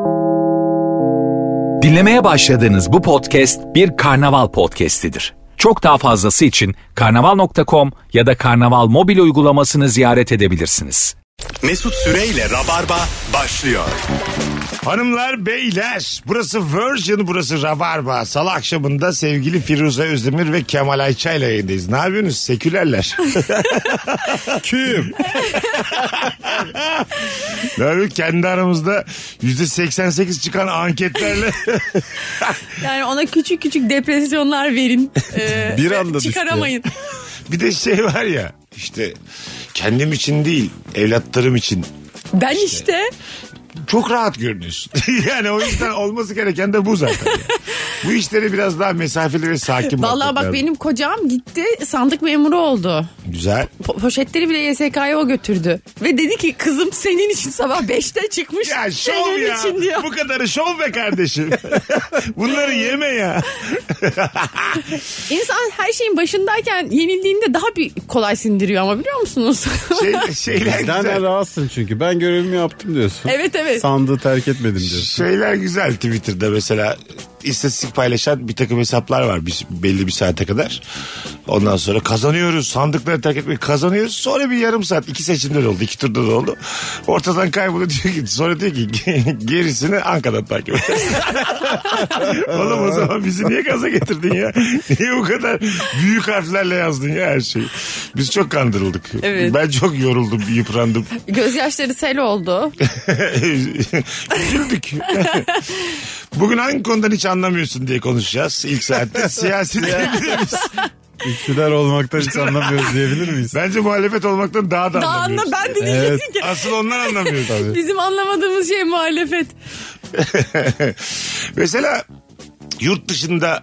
Dinlemeye başladığınız bu podcast bir karnaval podcastidir. Çok daha fazlası için karnaval.com ya da karnaval mobil uygulamasını ziyaret edebilirsiniz. Mesut Süreyle Rabarba başlıyor. Hanımlar, beyler, burası Virgin, burası Rabarba. Salı akşamında sevgili Firuze Özdemir ve Kemal Ayça ile yayındayız. Ne yapıyorsunuz sekülerler? Kim? Ne yapıyoruz? Kendi aramızda %88 çıkan anketlerle. Yani ona küçük küçük depresyonlar verin. Bir anda çıkaramayın. Bir de şey var ya, işte kendim için değil, evlatlarım için. Ben işte. Çok rahat görünüyorsun. Yani o yüzden olması gereken de bu zaten. Bu işleri biraz daha mesafeli ve sakin. Vallahi bak, benim kocam gitti, sandık memuru oldu. Güzel. Poşetleri bile YSK'ya o götürdü. Ve dedi ki kızım senin için sabah 5'te çıkmış. Ya şov senin ya. için diyor. Bu kadarı şov be kardeşim. Bunları yeme ya. İnsan her şeyin başındayken yenildiğinde daha bir kolay sindiriyor ama, biliyor musunuz? Şeyler Bizden güzel. rahatsın çünkü. Ben görevimi yaptım diyorsun. Evet. Sandığı terk etmedim diyorsun. Şeyler güzel Twitter'da mesela. İstatistik paylaşan bir takım hesaplar var belli bir saate kadar. Ondan sonra kazanıyoruz, sandıkları terk etmeyi kazanıyoruz. Sonra bir yarım saat, 2 seçimler oldu, 2 turda da oldu. Ortadan kayboluyor, sonra diyor ki gerisini Ankara'dan takip ederiz. Oğlum o zaman bizi niye gaza getirdin ya? Niye bu kadar büyük harflerle yazdın ya her şeyi? Biz çok kandırıldık. Evet. Ben çok yoruldum, yıprandım. Gözyaşları sel oldu. Üzüldük. Bugün hangi konudan hiç anlamıyorsun diye konuşacağız ilk saatte. Siyasi dediğimiz. İktidar olmaktan hiç anlamıyoruz diyebilir miyiz? Bence muhalefet olmaktan daha da anlamıyoruz. Ben de diyecektim ki. Asıl ondan anlamıyoruz. Tabii. Bizim anlamadığımız şey muhalefet. Mesela yurt dışında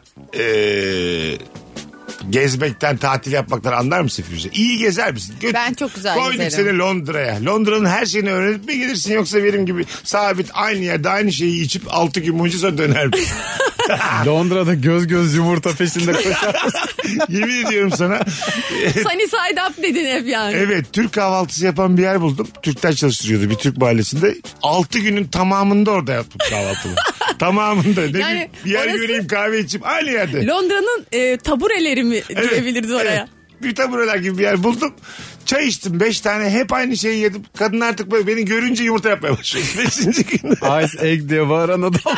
gezmekten, tatil yapmaktan anlar mısın Firuze? İyi gezer misin? Ben çok güzel Koyduk gezerim. seni Londra'ya. Londra'nın her şeyini öğrenip mi gelirsin, yoksa benim gibi sabit aynı yerde aynı şeyi içip 6 gün boyunca sonra döner misin? Londra'da göz yumurta peşinde koşar. Yemin ediyorum sana. Sunny side up dedin hep yani. Evet, Türk kahvaltısı yapan bir yer buldum. Türkler çalıştırıyordu bir Türk mahallesinde. 6 günün tamamında orada yaptım kahvaltımı. Tamamında. Ne Yani bir yer orası- göreyim, kahve içeyim aynı yerde. Londra'nın tabureleri mi diyebiliriz oraya? Evet. Bir tabureler gibi bir yer buldum. Çay içtim 5 tane, hep aynı şeyi yedim. Kadın artık böyle beni görünce yumurta yapmaya başlıyor. 5. günde. Ice egg diye bağıran adam.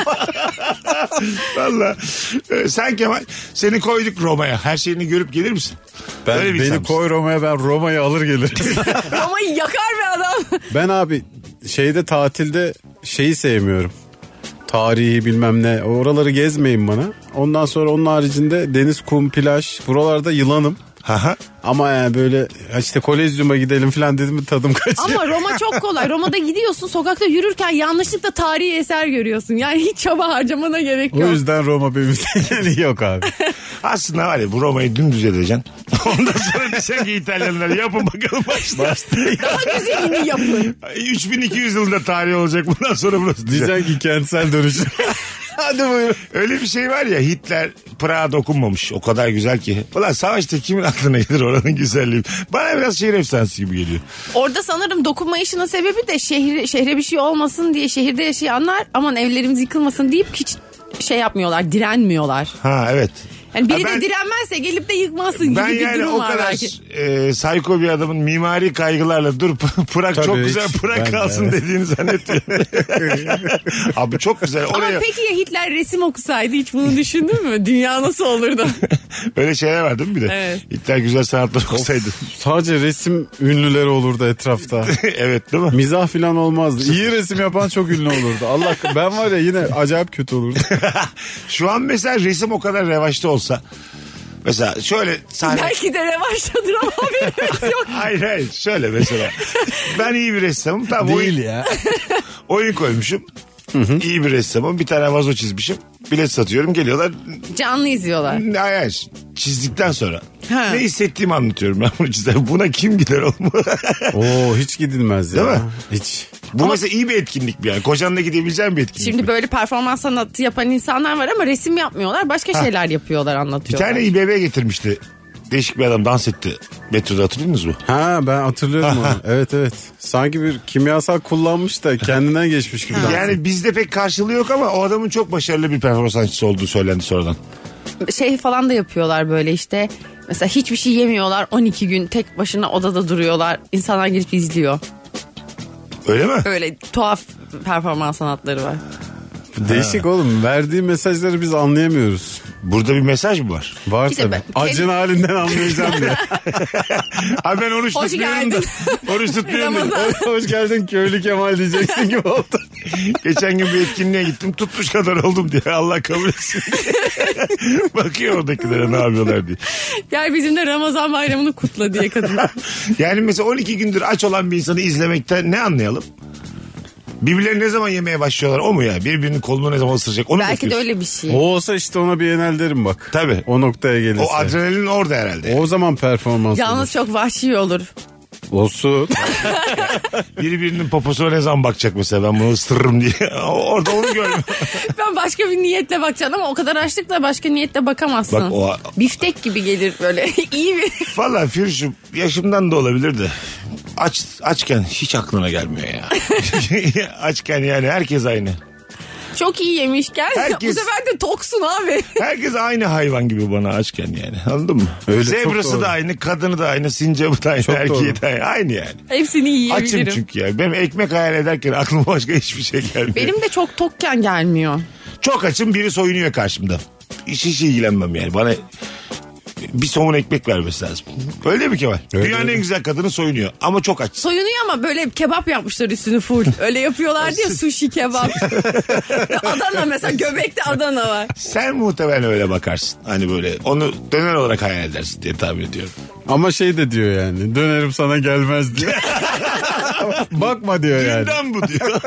Valla. Sen Kemal, seni koyduk Roma'ya. Her şeyini görüp gelir misin? Öyle bir insan Beni mısın? koy Roma'ya, ben Roma'yı alır gelirim. Roma'yı yakar bir adam. Ben abi tatilde şeyi sevmiyorum. Tarihi bilmem ne. Oraları gezmeyin bana. Ondan sonra onun haricinde deniz, kum, plaj. Buralarda yılanım. Aha. Ama yani böyle işte Kolezyum'a gidelim falan dedim mi tadım kaçıyor. Ama Roma çok kolay. Roma'da gidiyorsun, sokakta yürürken yanlışlıkla tarihi eser görüyorsun. Yani hiç çaba harcamana gerek O yok. yüzden Roma benim için yok abi. Aslında var ya, bu Roma'yı dümdüz edeceksin. Ondan sonra diyeceksin ki İtalyanlar yapın bakalım başta. Daha güzelini yapın. 3200 yılında tarih olacak bundan sonra burası. Diyeceksin ki kentsel dönüşüm. Hadi buyurun. Öyle bir şey var ya, Hitler Prag'a dokunmamış. O kadar güzel ki. Ulan savaşta kimin aklına gelir oranın güzelliği? Bana biraz şehir efsanesi gibi geliyor. Orada sanırım dokunmayışının sebebi de şehre bir şey olmasın diye, şehirde yaşayanlar aman evlerimiz yıkılmasın deyip hiç şey yapmıyorlar, direnmiyorlar. Ha evet. Yani biri Ha, ben- de direnmezse gelip de yıkmazsın gibi Ben bir yani durum o var kadar belki. psycho bir adamın mimari kaygılarla dur Prag Tabii çok hiç. güzel, Prag Ben de, kalsın evet. dediğini zannetmiyorum. Abi çok güzel. Ama Oraya peki ya Hitler resim okusaydı, hiç bunu düşündün mü? Dünya nasıl olurdu? öyle şeyler var değil mi bir de? Evet. Hitler güzel sanatlar okusaydı. Sadece resim ünlüleri olurdu etrafta. Evet değil mi? Mizah falan olmazdı. İyi resim yapan çok ünlü olurdu. Allah, ben var ya yine acayip kötü olurdu. Şu an mesela resim o kadar revaçta olsa. Mesela şöyle sahne... Belki de revaçtadır ama haberimiz yok. Hayır şöyle mesela. Ben iyi bir ressamım. Tamam, Değil ya. oyun koymuşum. İyi bir ressamım. Bir tane vazo çizmişim. Bilet satıyorum, geliyorlar. Canlı izliyorlar. Hayır, çizdikten sonra. Ha. Ne hissettiğimi anlatıyorum ben bunu çizer. Buna kim gider oğlum? Oo, hiç gidilmez ya. Değil mi? Hiç. Bu mesela iyi bir etkinlik bir yani. Kocanla gidebileceğin bir etkinlik. Şimdi mi? böyle performans sanatı yapan insanlar var ama resim yapmıyorlar. Başka şeyler yapıyorlar, Bir anlatıyorlar. tane İBB getirmişti değişik bir adam dans etti. Metroda, hatırlıyorsunuz mu? Ha, ben hatırlıyorum onu. Evet. Sanki bir kimyasal kullanmış da kendinden geçmiş gibi. Yani bizde pek karşılığı yok ama o adamın çok başarılı bir performans sanatçısı olduğu söylendi sonradan. Şey falan da yapıyorlar böyle işte. Mesela hiçbir şey yemiyorlar. 12 gün tek başına odada duruyorlar. İnsanlar gelip izliyor. Öyle mi? Öyle tuhaf performans sanatları var. Değişik oğlum. Verdiği mesajları biz anlayamıyoruz. Burada bir mesaj mı var? Var İşte tabii. ben- Acın halinden anlayacağım diye. Abi ben oruç Hoş tutmuyorum da. geldin. Oruç tutmuyorum da. Ramazan. Hoş geldin köylü Kemal diyeceksin gibi oldu. Geçen gün bir etkinliğe gittim, tutmuş kadar oldum diye, Allah kabul etsin diye. Bakıyor oradakilere ne yapıyorlar diye. Gel bizimle Ramazan bayramını kutla diye kadın. Yani mesela 12 gündür aç olan bir insanı izlemekten ne anlayalım? Birbirlerini ne zaman yemeye başlıyorlar, o mu ya? Birbirinin kolunu ne zaman ısıracak, onu mu Belki de bekliyorsun? öyle bir şey. O olsa işte ona bir enel derim bak. Tabii. O noktaya gelirse. O adrenalin orada herhalde. O zaman performans Yalnız çok vahşi olur. olsun. Birbirinin poposuna ne zaman bakacak mesela, ben bunu ısırırım diye. Orada onu görmüyorum. Ben başka bir niyetle bakacağım ama o kadar açlıkla başka niyetle bakamazsın. Bak o- Biftek gibi gelir böyle. İyi bir. Valla Firuş'um, yaşımdan da olabilir de açken hiç aklına gelmiyor ya. Açken yani herkes aynı. Çok iyi yemişken Herkes- bu sefer de toksun abi. Herkes aynı hayvan gibi bana açken yani, anladın mı? Öyle, çok Zebrası doğru. da aynı, kadını da aynı, sincabı da aynı, Çok erkeği doğru. de aynı. Aynı yani. Hepsini yiyebilirim. Açım çünkü ya. Benim ekmek hayal ederken aklıma başka hiçbir şey gelmiyor. Benim de çok tokken gelmiyor. Çok açım, biri soyunuyor karşımda. Hiç ilgilenmem yani. Bana bir somun ekmek vermesi lazım. Öyle değil mi Kemal? Öyle, Dünyanın öyle. en güzel kadını soyunuyor ama çok aç. Soyunuyor ama böyle kebap yapmışlar üstünü full. Öyle yapıyorlar diye sushi kebap. Adana mesela, göbekte Adana var. Sen muhtemelen öyle bakarsın. Hani böyle onu döner olarak hayal edersin diye tahmin ediyorum. Ama şey de diyor yani. Dönerim sana gelmez diyor. Bakma diyor yani. Dünden bu diyor.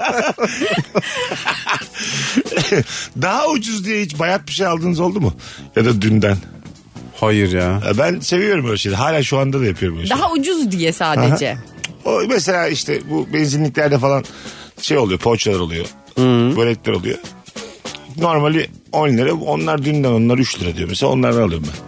Daha ucuz diye hiç bayat bir şey aldığınız oldu mu? Ya da dünden. Hayır ya. Ben seviyorum öyle şeyleri. Hala şu anda da yapıyorum öyle şeyleri. Daha ucuz diye sadece. O mesela işte bu benzinliklerde falan şey oluyor, poğaçalar oluyor. Börekler oluyor. Normali 10 lira. Onlar dünden, onlar 3 lira diyor. Mesela onlardan alıyorum ben.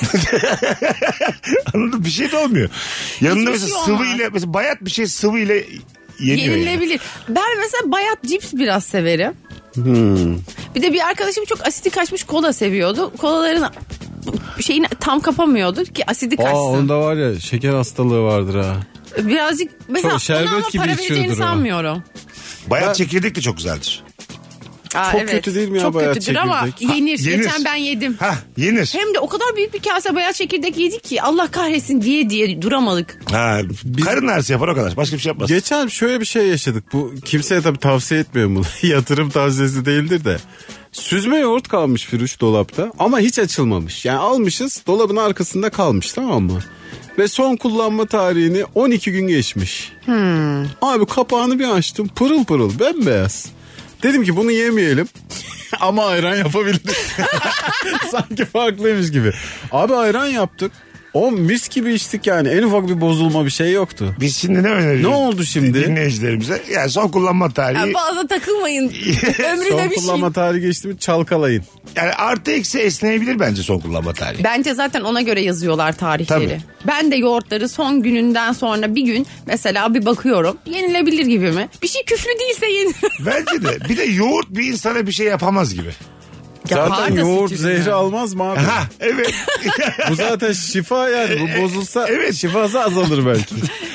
Anladın mı? Bir şey de olmuyor. Yanında Hiçbir mesela şey sıvı olmaz. ile, mesela bayat bir şey sıvı ile yeniyor yani. Yenilebilir. Ben mesela bayat cips biraz severim. Bir de bir arkadaşım çok asidi kaçmış kola seviyordu. Kolaların şeyini tam kapamıyordu ki asidi kaçsın. Onda var ya, şeker hastalığı vardır ha. Birazcık mesela Çok şerbet ona ama gibi para vereceğini içiyordur o. sanmıyorum. Bayat çekirdek de çok güzeldir. Aa, Çok kötü değil mi ya çok bayat kötüdür ama çekirdek? yenir. Yenir. Geçen ben yedim. Hah, yenir. Hem de o kadar büyük bir kase bayat çekirdek yedik ki Allah kahretsin diye duramadık. Ha, karın ağrısı yapar o kadar. Başka bir şey yapmaz. Geçen şöyle bir şey yaşadık. Bu kimseye tabii tavsiye etmiyorum bunu. Yatırım tavsiyesi değildir de. Süzme yoğurt kalmış Firuş dolapta ama hiç açılmamış. Yani almışız, dolabın arkasında kalmış, tamam mı? Ve son kullanma tarihini 12 gün geçmiş. Abi kapağını bir açtım, pırıl pırıl bembeyaz. Dedim ki bunu yemeyelim. Ama ayran yapabiliriz. Sanki farklıymış gibi. Abi ayran yaptık. O mis gibi içtik yani. En ufak bir bozulma, bir şey yoktu. Biz şimdi ne öneriyoruz? Ne oldu şimdi? Dinleyicilerimize. Yani son kullanma tarihi. Yani fazla takılmayın. Son Ömrüne bir şey. kullanma tarihi geçti mi çalkalayın. Yani artı eksi esneyebilir bence son kullanma tarihi. Bence zaten ona göre yazıyorlar tarihleri. Tabii. Ben de yoğurtları son gününden sonra bir gün mesela bir bakıyorum. Yenilebilir gibi mi? Bir şey küflü değilse yenir. Bence de. Bir de yoğurt bir insana bir şey yapamaz gibi. Yapar Zaten da yoğurt sütü zehri yani. almaz mı abi? Ha evet. Bu zaten şifa yani. Bu bozulsa Evet. şifası azalır belki.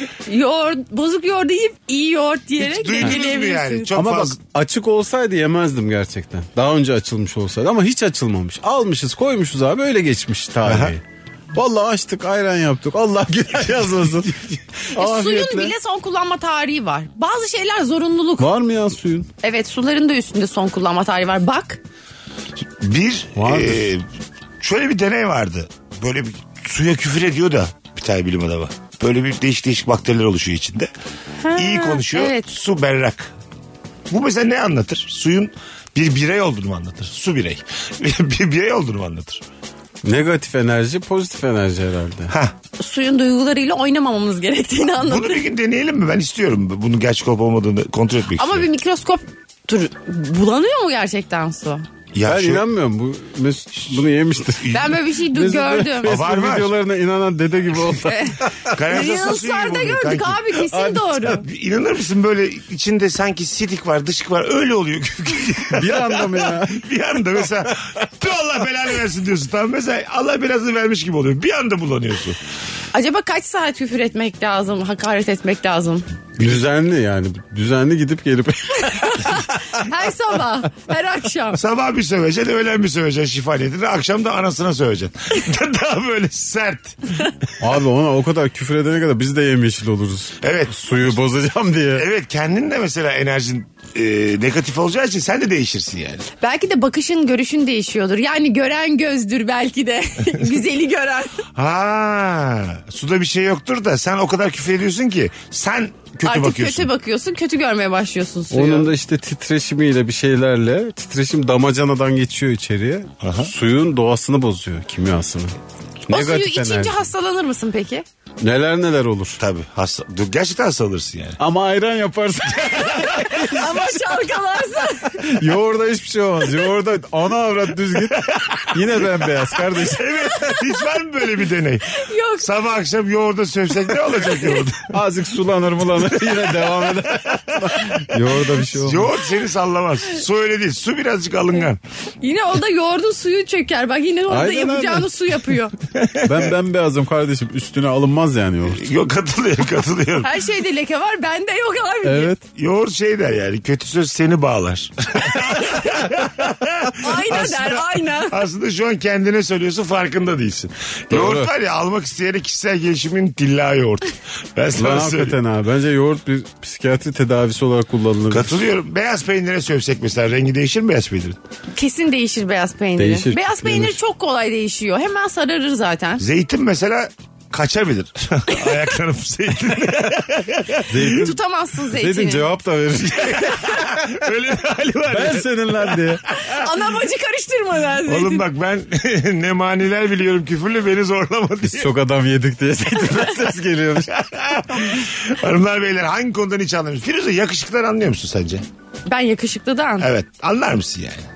Bozuk yoğurt yiyip iyi yoğurt diyerek Hiç duydunuz mu yani? dengeleyebilirsiniz. Çok Ama bak, fazla. açık olsaydı yemezdim gerçekten. Daha önce açılmış olsaydı ama hiç açılmamış. Almışız, koymuşuz abi, öyle geçmiş tarihi. Vallahi açtık, ayran yaptık. Allah günah yazmasın. Suyun bile son kullanma tarihi var. Bazı şeyler zorunluluk. Var mı ya suyun? Evet, suların da üstünde son kullanma tarihi var. Bak. Bir Vardır. şöyle bir deney vardı. Böyle bir suya küfür ediyor da bir tane bilim adamı. Böyle bir değişik bakteriler oluşuyor içinde. İyi konuşuyor. evet. Su berrak. Bu mesela ne anlatır? Suyun bir birey olduğunu mu anlatır? Su birey. Bir birey olduğunu mu anlatır? Negatif enerji, pozitif enerji herhalde. Hah. Suyun duygularıyla oynamamamız gerektiğini Bunu anlatır. bir gün deneyelim mi? Ben istiyorum. Bunun gerçek olup olmadığını kontrol etmek Ama bir istiyorum. mikroskop bulanıyor mu gerçekten su? Ya Ben şu- inanmıyorum. Bu Mesut bunu yemiştir. Ben böyle bir şey Mesut gördüm. Facebook Var, var. videolarına inanan dede gibi oldu. Kanalizasyon suyu Reels'larda gibi oluyor gördük kanki. abi kesin doğru. Abi, İnanır mısın böyle içinde sanki sidik var dışık var öyle oluyor. Bir anda mı ya? Bir anda mesela tüh Allah belanı versin diyorsun. Tamam mesela Allah belasını vermiş gibi oluyor. Bir anda bulanıyorsun. Acaba kaç saat küfür etmek lazım, hakaret etmek lazım? Düzenli yani. Düzenli gidip gelip. Her sabah, her akşam. Sabah bir söveceksin, öğlen bir söveceksin şifa niyetine. Akşam da anasına söveceksin. Daha böyle sert. Abi ona o kadar küfür edene kadar biz de yemyeşil oluruz. Evet. Suyu bozacağım diye. Evet kendin de mesela enerjin negatif olacağı için sen de değişirsin yani. Belki de bakışın, görüşün değişiyordur. Yani gören gözdür belki de. Güzeli gören. Ha, suda bir şey yoktur da sen o kadar küfür ediyorsun ki sen kötü Artık bakıyorsun. kötü bakıyorsun, kötü görmeye başlıyorsun suyu. Onun da işte titreşimiyle bir şeylerle titreşim damacanadan geçiyor içeriye. Suyun doğasını bozuyor, kimyasını. O suyu Negatif içince enerji. hastalanır mısın peki? Neler neler olur. Tabii gerçekten hasta alırsın yani. Ama ayran yaparsın. Ama çalkalarsa. Yoğurda hiçbir şey olmaz. Yoğurda ana avrat düz git. Yine bembeyaz kardeşim. Evet hiç var mı böyle bir deney? Yok. Sabah akşam yoğurda sövsek ne olacak yoğurda? Azıcık sulanır mulanır yine devam eder. Yoğurda bir şey olmaz. Yoğurt seni sallamaz. Su öyle değil. Su birazcık alıngan. Yine o da yoğurdun suyu çöker. Bak yine orada Aynen yapacağını öyle. su yapıyor. Ben bembeyazım kardeşim. Üstüne alınmaz yani yoğurt. Yok katılıyorum. Her şeyde leke var, bende yok abi. Evet. Yoğurt şey der yani kötü söz seni bağlar. Ayna der, ayna. Aslında şu an kendine söylüyorsun farkında değilsin. Yoğurt var ya almak isteyene kişisel gelişimin tilla yoğurt. Ben sana Lan söyleyeyim. hakikaten ha. Bence yoğurt bir psikiyatri tedavisi olarak kullanılır. Katılıyorum. Beyaz peynire sövsek mesela rengi değişir mi beyaz peynirin? Kesin değişir beyaz peyniri. Değişir. Beyaz peynir Değişir. çok kolay değişiyor. Hemen sararır zaten. Zeytin mesela kaçabilir. Ayaklanıp zeytin. Zeytin, Tutamazsın zeytini. Zeytin cevap da verir. Öyle bir hali var. Ben ya. senin lan diye. Ana bacı karıştırma lan zeytin. Oğlum bak ben ne maniler biliyorum küfürlü beni zorlama diye. Biz çok adam yedik diye zeytinden ses geliyormuş. Hanımlar beyler hangi konudan hiç anlamıyorsun? Firuze yakışıklıdan anlıyor musun sence? Ben yakışıklıdan. Evet anlar mısın yani?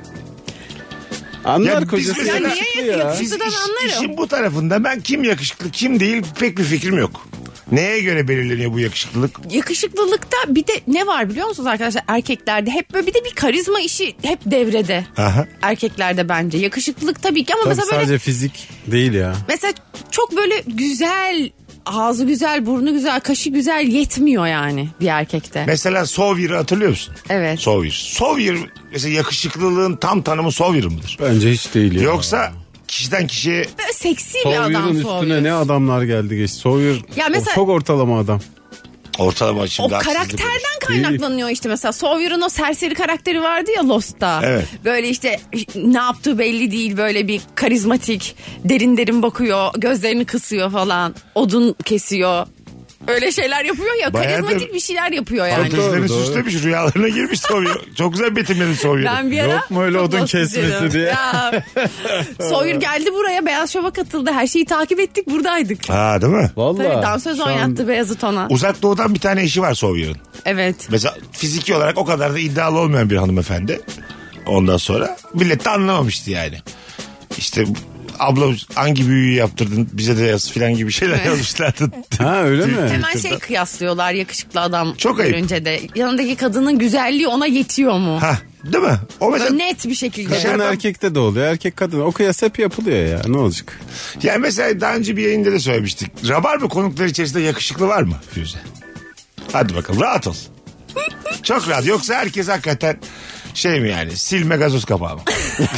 Anlar Ya biz kocası mesela- Ya yakışıklı niye ya. yakışıklıdan anlarım. İşin bu tarafında ben kim yakışıklı kim değil pek bir fikrim yok. Neye göre belirleniyor bu yakışıklılık? Yakışıklılıkta bir de ne var biliyor musunuz arkadaşlar? Erkeklerde hep böyle bir de bir karizma işi hep devrede. Aha. Erkeklerde bence. Yakışıklılık tabii ki ama Tabii mesela böyle sadece fizik değil ya. mesela çok böyle güzel, ağzı güzel, burnu güzel, kaşı güzel yetmiyor yani bir erkekte. Mesela Sawyer'ı hatırlıyor musun? Evet. Sawyer mesela yakışıklılığın tam tanımı Sawyer mıdır? Bence hiç değil ya. Yoksa kişiden kişiye Böyle seksi bir adam Sawyer'ın üstüne Sawyer. ne adamlar geldi geçti. Sawyer Ya mesela- çok ortalama adam. ortalama O şimdi haksızlık olur. karakterden kaynaklanıyor işte mesela. Sawyer'ın o serseri karakteri vardı ya Lost'ta. Evet. Böyle işte ne yaptığı belli değil. Böyle bir karizmatik, derin derin bakıyor, gözlerini kısıyor falan. Odun kesiyor. Öyle şeyler yapıyor ya. Bayağıdır- Karizmatik bir şeyler yapıyor yani. Fantezlerini Doğru. süslemiş rüyalarına girmiş Sawyer. Çok güzel betimledin Sawyer'ı. Ben bir ara Yok mu öyle çok odun Lost kesmesi izledim. diye? Ya. Sawyer geldi buraya, Beyaz Şov'a katıldı. Her şeyi takip ettik, buradaydık. Ha değil mi? Vallahi. Tabii dansöz şu an- oynattı Beyazıt ona. Uzak Doğu'dan bir tane eşi var Sawyer'ın. Evet. Mesela fiziki olarak o kadar da iddialı olmayan bir hanımefendi. Ondan sonra millet de anlamamıştı yani. İşte abla hangi büyüyü yaptırdın bize de yaz filan gibi şeyler yazmışlardı. Ha öyle mi? Hemen şey kıyaslıyorlar yakışıklı adam Çok ayıp. görünce de. Yanındaki kadının güzelliği ona yetiyor mu? Ha değil mi? O mesela Böyle net bir şekilde. Kadın erkekte de oluyor. Erkek kadın. O kıyas hep yapılıyor ya. Ne olacak? yani mesela daha önce bir yayında da söylemiştik. Rabarba konukları içerisinde yakışıklı var mı Firuze? Hadi bakalım rahat ol. Çok rahat. Yoksa herkes hakikaten şey mi yani silme gazoz kapağı mı?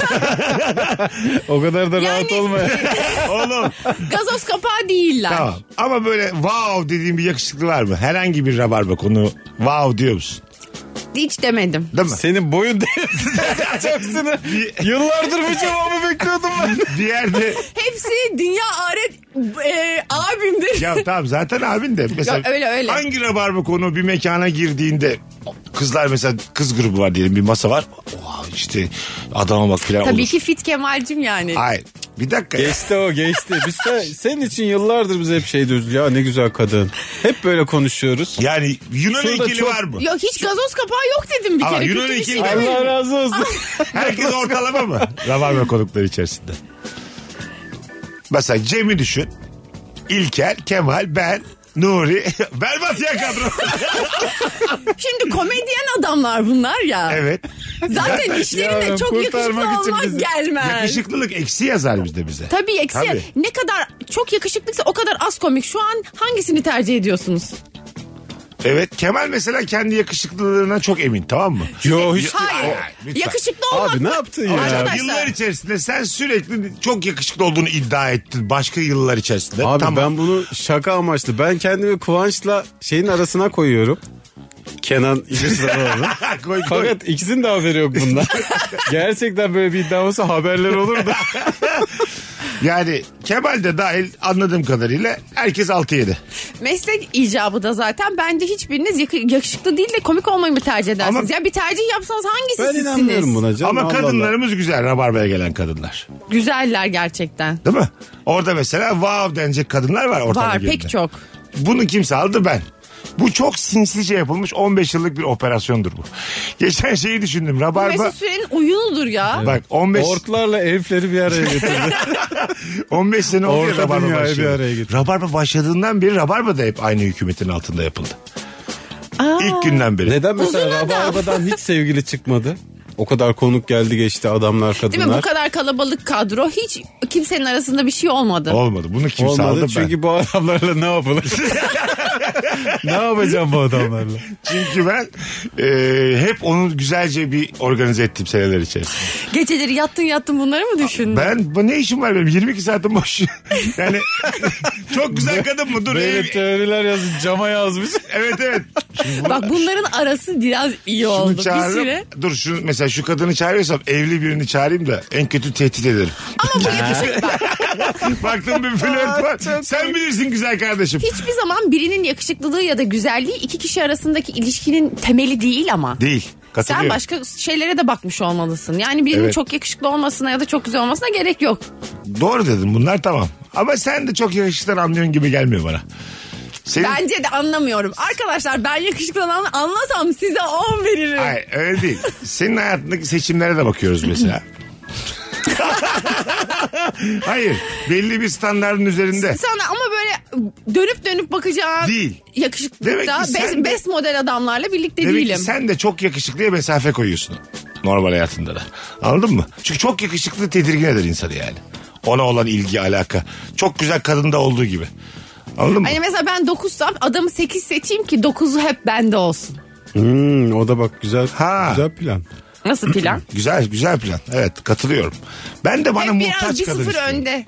O kadar da rahat olma ya. Oğlum Gazoz kapağı değiller. tamam. Ama böyle wow dediğim bir yakışıklı var mı? Herhangi bir rabarba konu wow diyor musun? Hiç demedim. Değil mi? Senin boyun değil. Yapacaksın. Yıllardır bu cevabı bekliyordum ben. Bir yerde Hepsi dünya aret abimdir. ya tamam zaten abin de mesela Yok, öyle. hangi rabarba konu bir mekana girdiğinde kızlar mesela kız grubu var diyelim bir masa var. Oha işte adama bak filan Tabii olur. ki Fit Kemal'cim yani. Hayır. Bir dakika ya. Geçti o geçti. Biz senin için yıllardır biz hep şey diyoruz. Ya ne güzel kadın. Hep böyle konuşuyoruz. Yani Yunan Şurada heykeli çok- var mı? Yok hiç gazoz kapağı yok dedim bir Ama kere. Yunan Kötü bir heykeli şey de- demedim. Allah razı olsun. Herkes ortalama mı? Rabarba konukları içerisinde. Mesela Cem'i düşün. İlker, Kemal, ben, Nuri. Berbat ya kadro. Şimdi komedyen adamlar bunlar ya. Evet. Zaten işlerinde Ya, çok yakışıklı kurtarmak için olmak bizi- gelmez. Yakışıklılık eksi yazar bizde bize. Tabii eksi. Tabii. Ne kadar çok yakışıklıysa o kadar az komik. Şu an hangisini tercih ediyorsunuz? Evet, Kemal mesela kendi yakışıklılığına çok emin, tamam mı? Yo hiç. Hayır. lütfen. Yakışıklı olmak. Abi ne yaptın ya? Arkadaşlar. Yıllar içerisinde sen sürekli çok yakışıklı olduğunu iddia ettin. Başka yıllar içerisinde. Abi Tamam. ben bunu şaka amaçlı. Ben kendimi Kıvanç'la şeyin arasına koyuyorum. Kenan İmirzalıoğlu. Koy, koy. Fakat ikisinin de haberi yok bundan. Gerçekten böyle bir iddia olsa haberler olur da. Yani Kemal de dahil anladığım kadarıyla herkes 6-7. Meslek icabı da zaten bence hiçbiriniz yakışıklı değil de komik olmayı mı tercih edersiniz? Ama- Ya bir tercih yapsanız hangisi Ben sizsiniz? inanmıyorum buna canım. Ama Allah Allah. kadınlarımız güzel, Rabarba'ya gelen kadınlar. Güzeller gerçekten. Değil mi? Orada mesela wow denecek kadınlar var ortada. Var geride. pek çok. Bunu kimse aldı, ben. Bu çok sinsice yapılmış 15 yıllık bir operasyondur bu. Geçen şeyi düşündüm. Bu Rabarba Mesut Süren'in oyunudur ya. bak 15 Orklarla elfleri bir araya getirdi. 15 sene oldu ya Orta Rabarba dünyayı bir başladı. araya getirdi. Rabarba başladığından beri Rabarba da hep aynı hükümetin altında yapıldı. İlk günden beri. Neden mesela Uzun adam. Rabarba'dan hiç sevgili çıkmadı? O kadar konuk geldi geçti adamlar kadınlar. Değil mi? Bu kadar kalabalık kadro hiç kimsenin arasında bir şey olmadı. Olmadı. Bunu kimse aldı Olmadı ben. çünkü bu adamlarla ne yapılır? Ne yapacağım bu adamlarla? Çünkü ben hep onu güzelce bir organize ettim seneler içerisinde. Geceleri yattın bunları mı düşündün? Bu ne işim var benim? 22 saatim boş. Yani çok güzel kadın mı? Dur. Böyle teoriler yazmış cama yazmış. Evet. Bak bunların arası biraz iyi oldu. Şunu Bir çağırırım. süre. Dur mesela şu kadını çağırıyorsam evli birini çağırayım da en kötü tehdit ederim. Ama bu yakışıklı. Bak, Baktım bir flört var. Sen bilirsin güzel kardeşim. hiçbir zaman birinin yakışıklılığı ya da güzelliği iki kişi arasındaki ilişkinin temeli değil ama. Değil. Katılıyorum. Sen başka şeylere de bakmış olmalısın. Yani birinin Evet. çok yakışıklı olmasına ya da çok güzel olmasına gerek yok. Doğru dedin, bunlar tamam. Ama sen de çok yakışıklıdan anlıyorsun gibi gelmiyor bana. Senin... Bence de anlamıyorum. Arkadaşlar ben yakışıklıdan anlasam size 10 veririm. Hayır öyle değil. Senin hayatındaki seçimlere de bakıyoruz mesela. Hayır. Belli bir standartın üzerinde. Sana ama böyle dönüp bakacağın Değil. Demek yakışıklıkta ki sen de- best model adamlarla birlikte Demek değilim. ki sen de çok yakışıklıya mesafe koyuyorsun. Normal hayatında da. Anladın mı? Çünkü çok yakışıklı tedirgin eder insanı yani. Ona olan ilgi, alaka. Çok güzel kadında olduğu gibi. Anladın mı? Hani mesela ben 9'sam adamı 8 seçeyim ki 9'u hep bende olsun. O da bak güzel plan. Nasıl plan? Güzel plan. Evet, katılıyorum. Ben de bana Hep biraz muhtaç bir kadın sıfır istiyorum. önde.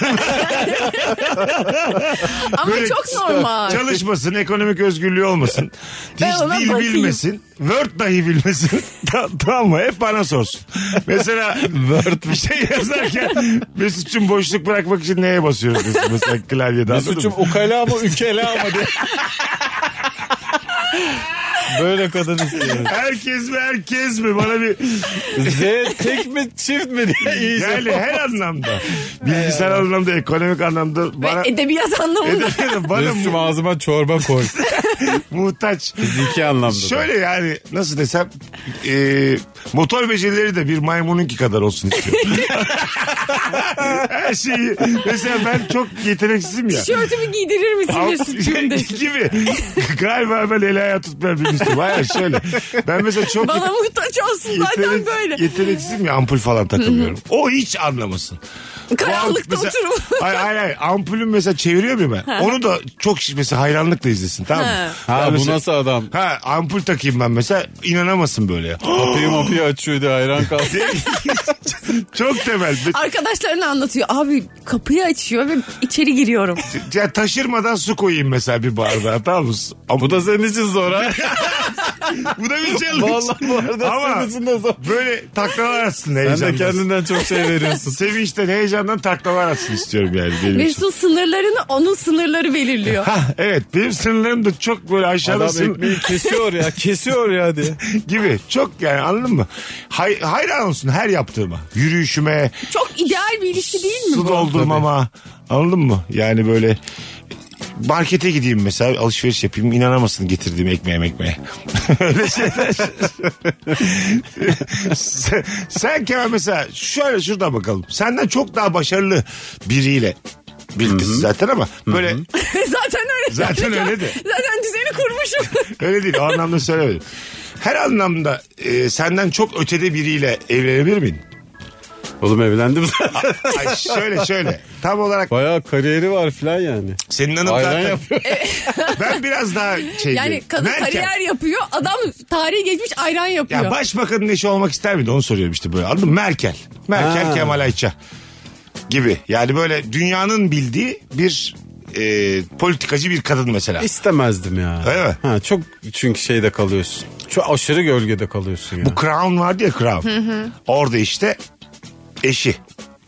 Ama Böyle çok normal. Çalışmasın, ekonomik özgürlüğü olmasın. Ben Hiç ona dil bakayım. bilmesin. Word dahi bilmesin. Tamam mı? Hep bana sorsun. Mesela Word bir şey yazarken Mesut'cum boşluk bırakmak için neye basıyoruz? Mesela klavyede, anladın Mesut'cum mı? ukala mı ükela mı diye. Böyle kadın istiyorum. Herkes mi? Bana bir Z tek mi çift mi diye iyice. yani her anlamda. Bilgisayar anlamda, ekonomik anlamda bana Ve edebiyat anlamında. bana Mesut'cum ağzıma çorba koy. muhtaç. Fiziki anlamda. da. Şöyle yani nasıl desem motor becerileri de bir maymununki kadar olsun istiyorum. Her şeyi mesela ben çok yeteneksizim ya. Tişörtümü giydirir misin Mesut'cum desin. gibi. Galiba ben el ayağı tutmayan birini istiyorum. Hayır şöyle. Ben mesela çok Bana muhtaç olsun zaten böyle. yeteneksizim ya, ampul falan takılmıyorum. O hiç anlamasın. Karanlıkta Mesela- oturup. Hayır. Ampulün mesela çeviriyor muyum ben? Onu da çok mesela hayranlıkla izlesin, tamam mı? Ha. Ha Ben bu mesela- nasıl adam? Ha, ampul takayım ben mesela, inanamasın böyle ya. Kapıyı açıyor diye hayran kaldı. Çok temel. Arkadaşlarına anlatıyor. Abi kapıyı açıyor ve içeri giriyorum. Ya taşırmadan su koyayım mesela bir bardağa, tamam mı? Bu da senin için zor ha. Bu da bir challenge. Vallahi bu arada Ama senin için de zor. böyle taklalar atsın Sen heyecandan. de kendinden çok şey veriyorsun. Sevinçten, heyecandan taklalar atsın istiyorum yani. Benim için. Mesut sınırlarını onun sınırları belirliyor. Ha, evet, benim sınırlarım da çok böyle aşağıda Adam ekmeği kesiyor ya diye. gibi. Çok yani, anladın mı? Hayran olsun her yaptığıma. Yürüyüşüme, Çok ideal bir ilişki değil mi su bu? doldurmama. Anladın mı? Yani böyle markete gideyim mesela, alışveriş yapayım, inanamazsın getirdiğim ekmeğe. Öyle şeyler. sen Kemal mesela şöyle şuradan bakalım. Senden çok daha başarılı biriyle birliktesin zaten ama böyle Zaten öyle. öyle de. Zaten düzeni kurmuşum. Öyle değil, o anlamda söylemedim. Her anlamda senden çok ötede biriyle evlenebilir miydin? Oğlum evlendim zaten. Ay şöyle. Tam olarak Bayağı kariyeri var falan yani. senin hanım Ayran zaten. yapıyor. Ben biraz daha Yani kadın Merkel. kariyer yapıyor. Adam tarihi geçmiş ayran yapıyor. Ya başbakanın eşi olmak ister miydi? Onu soruyorum işte böyle. Anladın mı? Merkel, Ha. Kemal Ayça gibi. Yani böyle dünyanın bildiği bir politikacı bir kadın mesela. İstemezdim ya. Öyle mi? Ha, çok çünkü şeyde kalıyorsun. Çok aşırı gölgede kalıyorsun ya. Bu Crown vardı ya, Crown. Orada işte eşi.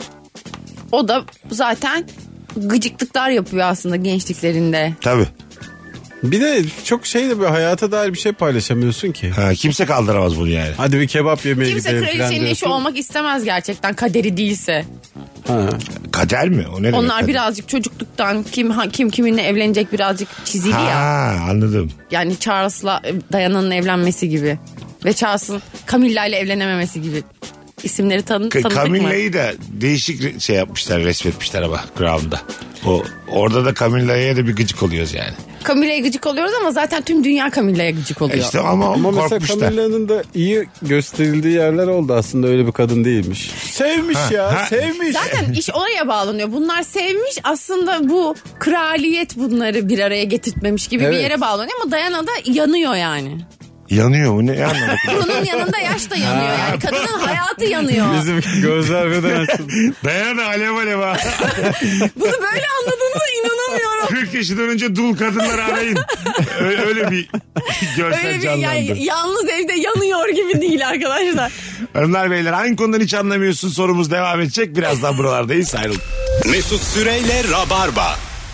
O da zaten gıcıklıklar yapıyor aslında gençliklerinde. Tabii. Bir de çok şeyde bir hayata dair bir şey paylaşamıyorsun ki. Ha, kimse kaldıramaz bunu yani. Hadi bir kebap yemeye Kimse gidelim falan kraliçenin eşi diyorsun. olmak istemez gerçekten, kaderi değilse. Ha. Kader mi? O ne demek? Onlar kader? birazcık çocukluktan kim kiminle evlenecek birazcık çizili ya. Ha, anladım. Yani Charles'la Diana'nın evlenmesi gibi. Ve Charles'ın Camilla ile evlenememesi gibi. İsimleri tanıdık mı? Camilla'yı da değişik şey yapmışlar, resmetmişler ama Crown'da. Orada da Camilla'ya da bir gıcık oluyoruz yani. Camilla'ya gıcık oluyoruz ama zaten tüm dünya Camilla'ya gıcık oluyor. İşte ama mesela korkmuşlar. Camilla'nın da iyi gösterildiği yerler oldu, aslında öyle bir kadın değilmiş. Sevmiş sevmiş. Zaten iş oraya bağlanıyor. Bunlar sevmiş, aslında bu kraliyet bunları bir araya getirtmemiş gibi bir Evet. yere bağlanıyor ama Diana da yanıyor yani. Yanıyor mu? Ne anlamak? Bunun yanında yaş da yanıyor yani. Kadının hayatı yanıyor. Bizim gözler birden açıldı. Dayan alev ha. Bunu böyle anladığınıza inanamıyorum. 40 yaşından önce dul kadınları arayın. Öyle bir görsel Öyle bir canlandı. yani, yalnız evde yanıyor gibi değil arkadaşlar. Hanımlar beyler, hangi konudan hiç anlamıyorsun sorumuz devam edecek. Birazdan buralardayız, ayrılın. Mesut Süreyle Rabarba.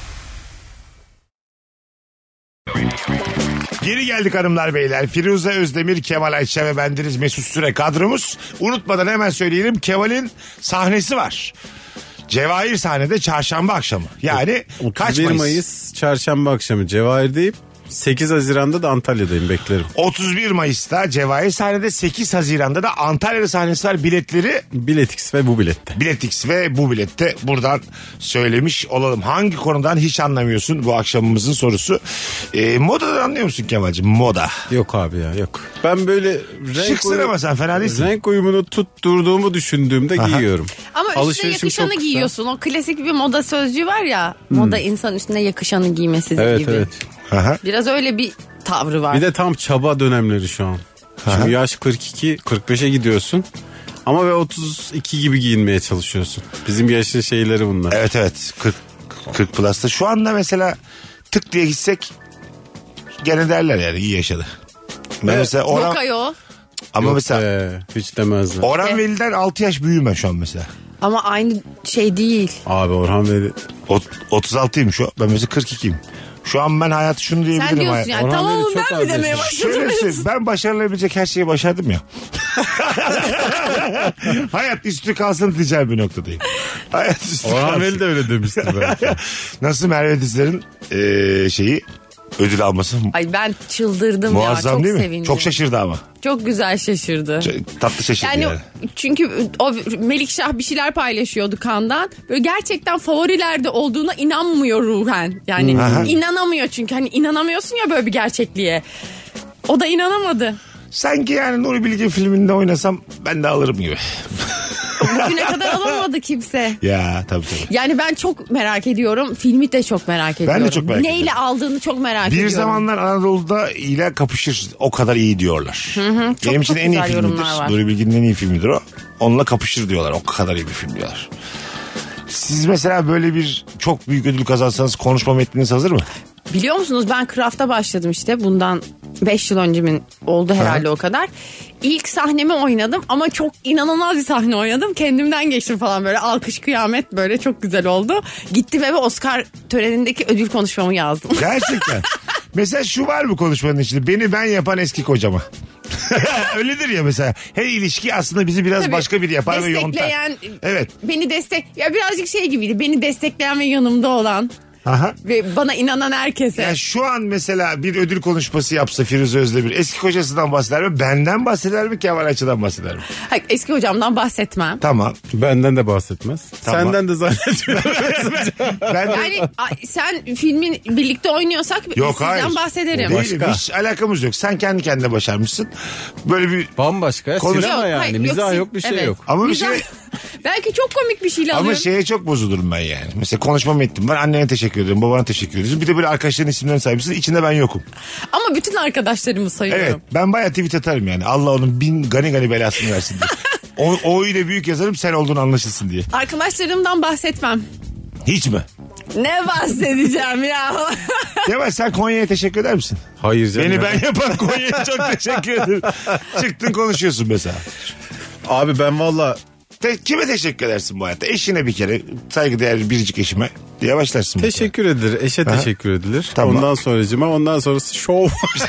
Geri geldik hanımlar beyler. Firuze Özdemir, Kemal Ayça ve bendeniz Mesut Süre kadromuz. Unutmadan hemen söyleyelim, Kemal'in sahnesi var. Cevahir sahnede çarşamba akşamı. Yani kaç 31 Mayıs? Mayıs çarşamba akşamı Cevahir'deyim. 8 Haziran'da da Antalya'dayım, beklerim. 31 Mayıs'ta Cevahir sahnede, 8 Haziran'da da Antalya'da sahnesi var. Biletleri Biletix ve bu bilette. Biletix ve bu bilette, buradan söylemiş olalım. Hangi konudan hiç anlamıyorsun bu akşamımızın sorusu. Modadan anlıyor musun Kemal'cim? Moda. Yok abi ya, yok. Ben böyle Şıksın ama sen fena değilsin. renk uyumunu tutturduğumu düşündüğümde giyiyorum. Ama üstüne Alışverişim yakışanı çok kısa. giyiyorsun. O klasik bir moda sözcüğü var ya. Moda insan üstüne yakışanı giymesi Evet gibi. evet. Aha. Biraz öyle bir tavrı var. Bir de tam çaba dönemleri şu an. Şimdi yaş 42, 45'e gidiyorsun. Ama ve 32 gibi giyinmeye çalışıyorsun. Bizim yaşın şeyleri bunlar. Evet 40 plus'ta. Şu anda mesela tık diye gitsek gene derler yani iyi yaşadı. Ben mesela Yok Orhan, ayol. ama Yok mesela be, hiç demezler. Orhan Veli'den 6 yaş büyüğüm ben şu an mesela. Ama aynı şey değil. Abi Orhan Veli. 36'yım şu an. Ben mesela 42'yim. Şu an ben hayatı şunu diyebilirim. Sen diyorsun yani Orhan tamam Veli çok ben mi demeye ağır başladım? Şöyle söyleyeyim, ben başarılabilecek her şeyi başardım ya. Hayat üstü kalsın diyeceğim bir noktadayım. Hayat üstü Orhan kalsın. Veli de öyle demiştir belki. Nasıl Merve Dizler'in şeyi ödül alması Ay ben çıldırdım muazzam ya, çok değil mi? sevindim. Çok şaşırdı ama. Çok güzel şaşırdı. Tatlı şaşırdı Yani yani. çünkü o Melikşah bir şeyler paylaşıyordu Kan'dan. Böyle gerçekten favorilerde olduğuna inanmıyor ruhen. Yani Aha. inanamıyor çünkü hani inanamıyorsun ya böyle bir gerçekliğe. O da inanamadı. Sanki yani Nuri Bilge filminde oynasam ben de alırım gibi. Bugüne kadar alamadı kimse. Ya tabii. Yani ben çok merak ediyorum. Filmi de çok merak ediyorum. çok merak Neyle ediyorum. aldığını çok merak Bir ediyorum. zamanlar Anadolu'da ile kapışır, o kadar iyi diyorlar. Çok Benim için çok en iyi güzel filmidir. yorumlar var. Nuri Bilge'nin en iyi filmidir o. Onunla kapışır diyorlar. O kadar iyi bir film diyorlar. Siz mesela böyle bir çok büyük ödül kazansanız konuşma metniniz hazır mı? Biliyor musunuz ben Craft'a başladım işte bundan 5 yıl öncemin oldu herhalde o kadar. İlk sahnemi oynadım ama çok inanılmaz bir sahne oynadım. Kendimden geçtim falan, böyle alkış kıyamet, böyle çok güzel oldu. Gittim eve Oscar törenindeki ödül konuşmamı yazdım. Gerçekten. Mesela şu var mı konuşmanın içinde? Beni ben yapan eski kocama. Öyledir ya mesela. Her ilişki aslında bizi biraz Tabii, başka biri yapar ve yontar. destekleyen, Evet. beni ya birazcık şey gibiydi. Beni destekleyen ve yanımda olan. Aha. Ve bana inanan herkese. Ya şu an mesela bir ödül konuşması yapsa Firuze Özdemir, eski kocasından bahseder mi? Benden bahseder mi? Kemal Ayça'dan bahseder mi? Hayır, eski hocamdan bahsetmem. Tamam. Benden de bahsetmez. Tamam. Senden de zannetmiyorum. Ben de... Yani sen filmin birlikte oynuyorsak Yok, sizden hayır. bahsederim. Değilim, hiç alakamız yok. Sen kendi kendine başarmışsın. Böyle bir... Bambaşka ya. Konuş- Sinema Yok, yani. hayır, Mizah yok, bir şey evet. yok. Ama bir Mizah- şey... Belki çok komik bir şeyle Ama alıyorum. şeye çok bozulurum ben yani. Mesela konuşma metnim var. Annene teşekkür ederim. Babana teşekkür ediyorsun. Bir de böyle arkadaşların isimlerini saymışsın. İçinde ben yokum. Ama bütün arkadaşlarımı sayıyorum. Evet. Ben bayağı tweet atarım yani. Allah onun 1000 gani belasını versin diye. O ile büyük yazarım, sen olduğunu anlaşılsın diye. Arkadaşlarımdan bahsetmem. Hiç mi? Ne bahsedeceğim ya? Kemal, sen Konya'ya teşekkür eder misin? Hayır canım. Beni ben yapan Konya'ya çok teşekkür ederim. Çıktın konuşuyorsun mesela. Abi ben valla Kime teşekkür edersin bu hayatta? Eşine bir kere, saygıdeğer biricik eşime diye başlarsın. teşekkür edilir. Eşe teşekkür edilir. Tamam. Ondan sonrası şov.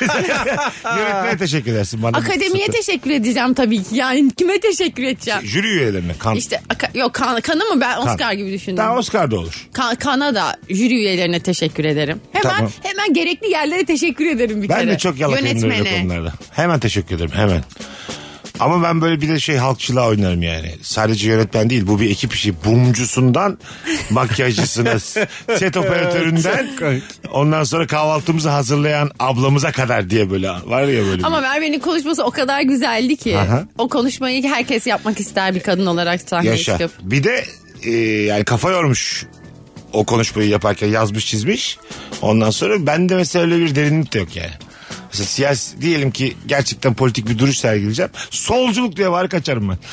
Yönetmene teşekkür edersin bana. Akademiye teşekkür edeceğim tabii ki. Yani kime teşekkür edeceğim? Jüri üyelerine. İşte kanı mı, ben Oscar gibi düşündüm. Daha Oscar da olur. Kana da jüri üyelerine teşekkür ederim. Tamam. Hemen gerekli yerlere teşekkür ederim bir kere. Ben de çok yalakayımdır öyle Yönetmene. konularda. Hemen teşekkür ederim, hemen. Ama ben böyle bir de halkçılığa oynarım yani. Sadece yönetmen değil, bu bir ekip işi. Bumcusundan makyajcısına, set operatöründen ondan sonra kahvaltımızı hazırlayan ablamıza kadar diye böyle var ya böyle. Ama Merve'nin konuşması o kadar güzeldi ki. Aha. O konuşmayı herkes yapmak ister, bir kadın olarak sahneye Yaşa. çıkıp. Bir de yani kafa yormuş o konuşmayı yaparken, yazmış çizmiş. Ondan sonra ben de mesela öyle bir derinlik de yok yani. Mesela siyasi diyelim ki gerçekten politik bir duruş sergileyeceğim. Solculuk diye var kaçarım ben.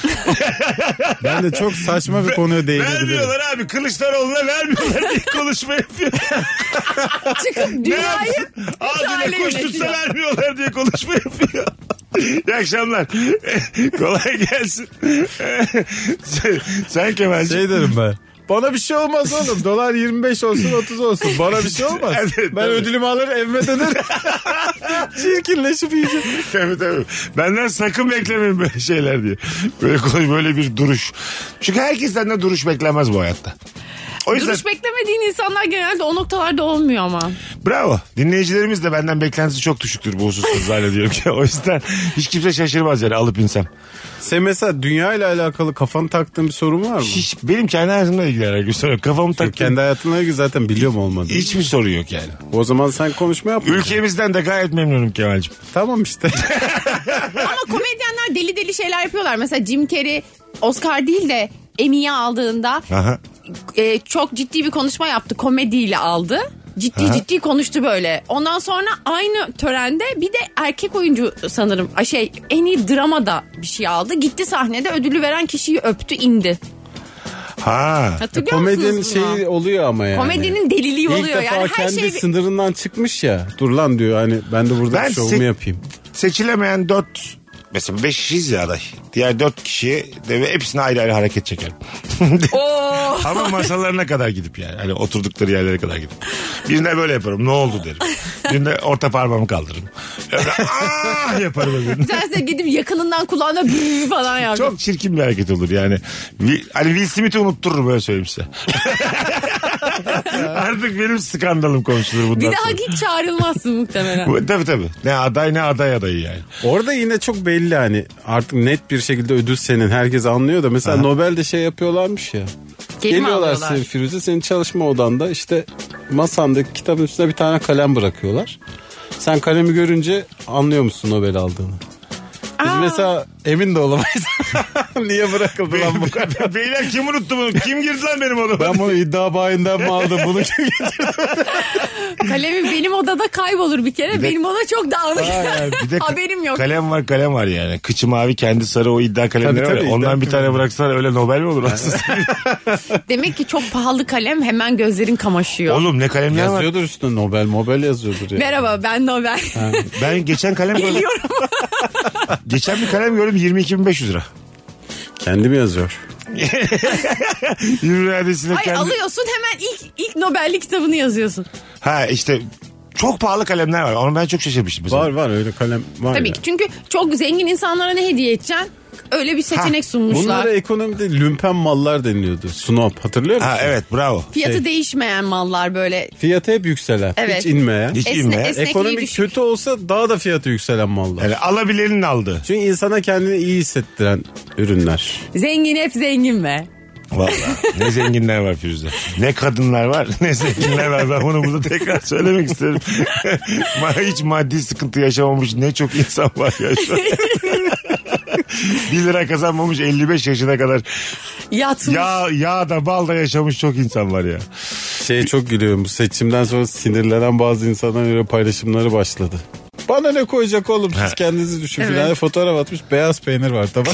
Ben de çok saçma bir konuya değinebilirim. Vermiyorlar abi, Kılıçdaroğlu'na vermiyorlar diye konuşma yapıyor. Çıkıp Ne dünyayı yapsın? Ağzıyla hale kuş tutsa yönetiyor. vermiyorlar diye konuşma yapıyor. İyi akşamlar. Kolay gelsin. Sen Kemal'cim. Şey derim ben. Bana bir şey olmaz oğlum. Dolar 25 olsun 30 olsun. Bana bir şey olmaz. Evet, ben tabii. ödülümü alır evime dönerim. Çirkinleşip yiyeceğim. Tabii. Benden sakın beklemeyin böyle şeyler diye. Böyle bir duruş. Çünkü herkes senden duruş beklemez bu hayatta. O yüzden Duruş beklemediğin insanlar genelde o noktalarda olmuyor ama. bravo. Dinleyicilerimiz de benden beklentisi çok düşüktür bu hususta zannediyorum ki. O yüzden hiç kimse şaşırmaz yani alıp insem. Sen mesela dünya ile alakalı kafanı taktığın bir sorun var mı? Hiç, benim kendi hayatımla ilgili herhangi bir sorun yok. Kafamı taktım. Kendi hayatınla ilgili zaten biliyorum olmadı. Hiçbir sorun yok yani. O zaman sen konuşma yapma. Ülkemizden de gayet memnunum Kemal'cim. Tamam işte. Ama komedyenler deli deli şeyler yapıyorlar. Mesela Jim Carrey Oscar değil de Emmy'yi aldığında Aha. çok ciddi bir konuşma yaptı. Komediyle aldı. Ciddi konuştu böyle. Ondan sonra aynı törende bir de erkek oyuncu sanırım en iyi dramada bir şey aldı. Gitti sahnede ödülü veren kişiyi öptü, indi. Ha. Hatırlıyor Komedinin musunuz bunu? şeyi oluyor ama yani. Komedinin deliliği İlk oluyor. defa Yani her kendi şey sınırından çıkmış ya. Dur lan diyor hani ben de burada Ben şovumu yapayım. Seçilemeyen 4, mesela 5 kişiyiz ya aday. Diğer 4 kişiye de hepsine ayrı ayrı hareket çekerim. Ama masalarına kadar gidip yani. Hani oturdukları yerlere kadar gidip. Birine böyle yaparım. Ne oldu derim. Birine orta parmağımı kaldırırım. Öyle yaparım öbürüne. Sense gidip yakınından kulağına falan yapıyor. Çok çirkin bir hareket olur yani. Hani Will Smith'i unutturur böyle söyleyeyim size. Artık benim skandalım konuşulur bundan Bir sonra. daha hiç çağrılmazsın muhtemelen. Tabii. Ne aday adayı yani. Orada yine çok belli hani artık net bir şekilde ödül senin. Herkes anlıyor da mesela Nobel'de şey yapıyorlarmış ya. Geliyorlar senin Firuze, senin çalışma odanda işte masandaki kitabın üstüne bir tane kalem bırakıyorlar. Sen kalemi görünce anlıyor musun Nobel aldığını? Biz mesela emin de olamayız. Niye bırakıldı lan bu kadar? Beyler kim unuttu bunu? Kim girdi lan benim odama? Ben bunu iddia bayinden mi aldım? Bunu kim getirdi? Kalemim benim odada kaybolur bir kere. Benim oda çok dağınık. Bir de Haberim yok. kalem var yani. Kıçı mavi kendi sarı o iddia kalemleri Tabii, var ya. iddia Ondan bir tane kalemi. bıraksalar öyle Nobel mi olur aslında? Demek ki çok pahalı kalem hemen gözlerin kamaşıyor. Oğlum ne kalemler var? Yazıyordur üstüne Nobel yazıyordur ya. Merhaba ben Nobel. Ben geçen kalem gördüm. Geliyorum. Geçen bir kalem gördüm 22.500 lira. Kendi mi yazıyor? İradesine Ay kendi. alıyorsun hemen ilk Nobel'li kitabını yazıyorsun. Ha işte çok pahalı kalemler var. Onu ben çok şaşırmıştım. Mesela. Var öyle kalem var Tabii ya. ki çünkü çok zengin insanlara ne hediye edeceksin? Öyle bir seçenek sunmuşlar. Bunlara ekonomide lümpen mallar deniliyordu. Snop hatırlıyor musun? Ha evet bravo. Fiyatı değişmeyen mallar böyle. Fiyatı hep yükselen. Evet. Hiç inmeyen. Hiç inmeyen. Esnekliği Ekonomik düşük. kötü olsa daha da fiyatı yükselen mallar. Yani alabilenin aldı. Çünkü insana kendini iyi hissettiren ürünler. Zengin hep zengin be. Vallahi ne zenginler var Firuze. Ne kadınlar var ne zenginler var. Ben bunu burada tekrar söylemek isterim. Hiç maddi sıkıntı yaşamamış ne çok insan var ya şu an. 1 lira kazanmamış 55 yaşına kadar Yatmış. yağ da bal da yaşamış çok insan var ya. Çok gülüyorum. Bu seçimden sonra sinirlenen bazı insanların öyle paylaşımları başladı. Bana ne koyacak oğlum siz kendinizi düşün Evet. filan. Fotoğraf atmış beyaz peynir var tamam.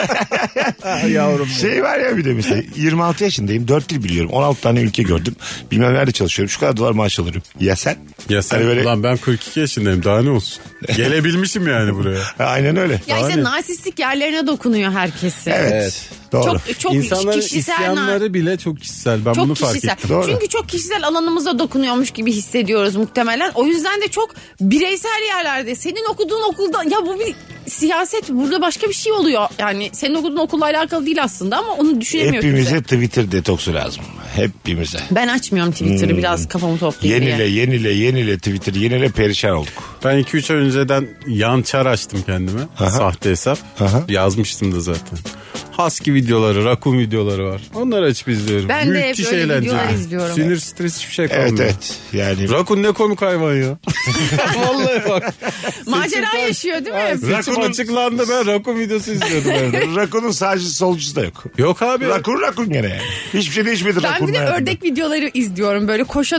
Yavrum. Şey var ya bir de mesela 26 yaşındayım 4 dil biliyorum 16 tane ülke gördüm. Bilmem nerede çalışıyorum şu kadar dolar maaş alırım. Ya sen? Ya sen Hani böyle- ulan ben 42 yaşındayım daha ne olsun. Gelebilmişim yani buraya. Aynen öyle. Ya işte Aynen. narsistik yerlerine dokunuyor herkesi. Evet. Doğru. Çok İnsanların kişisel isyanları bile çok kişisel. Ben bunu çok fark kişisel. ettim. Doğru. Çünkü çok kişisel alanımıza dokunuyormuş gibi hissediyoruz muhtemelen. O yüzden de çok bireysel yerlerde senin okuduğun okulda ya bu bir siyaset burada başka bir şey oluyor. Yani senin okuduğun okulla alakalı değil aslında ama onu düşünemiyor Hepimize kimse. Twitter detoksu lazım. Hepimize. Ben açmıyorum Twitter'ı biraz kafamı toplayayım diye. Yenile Twitter yenile perişan olduk. Ben 2-3 ay önceden yan çar açtım kendime. Sahte hesap. Aha. Yazmıştım da zaten. Husky videoları, rakun videoları var. Onları açıp izliyorum. Ben de hep Müthiş öyle eğlenceli. videolar izliyorum. Sinir stres hiçbir şey kalmıyor. Evet. Yani Rakun ne komik hayvan ya. Vallahi bak. Macera Seçim- yaşıyor değil mi? Ha, seçim Rakunun- açıklandı ben rakun videosu izliyordum evde. Rakun'un sağcısı solcusu da yok. Yok abi. Rakun gene yani. Hiçbir şey değişmedi Ben Rakun'un bir de hayatında. ördek videoları izliyorum. Böyle koşan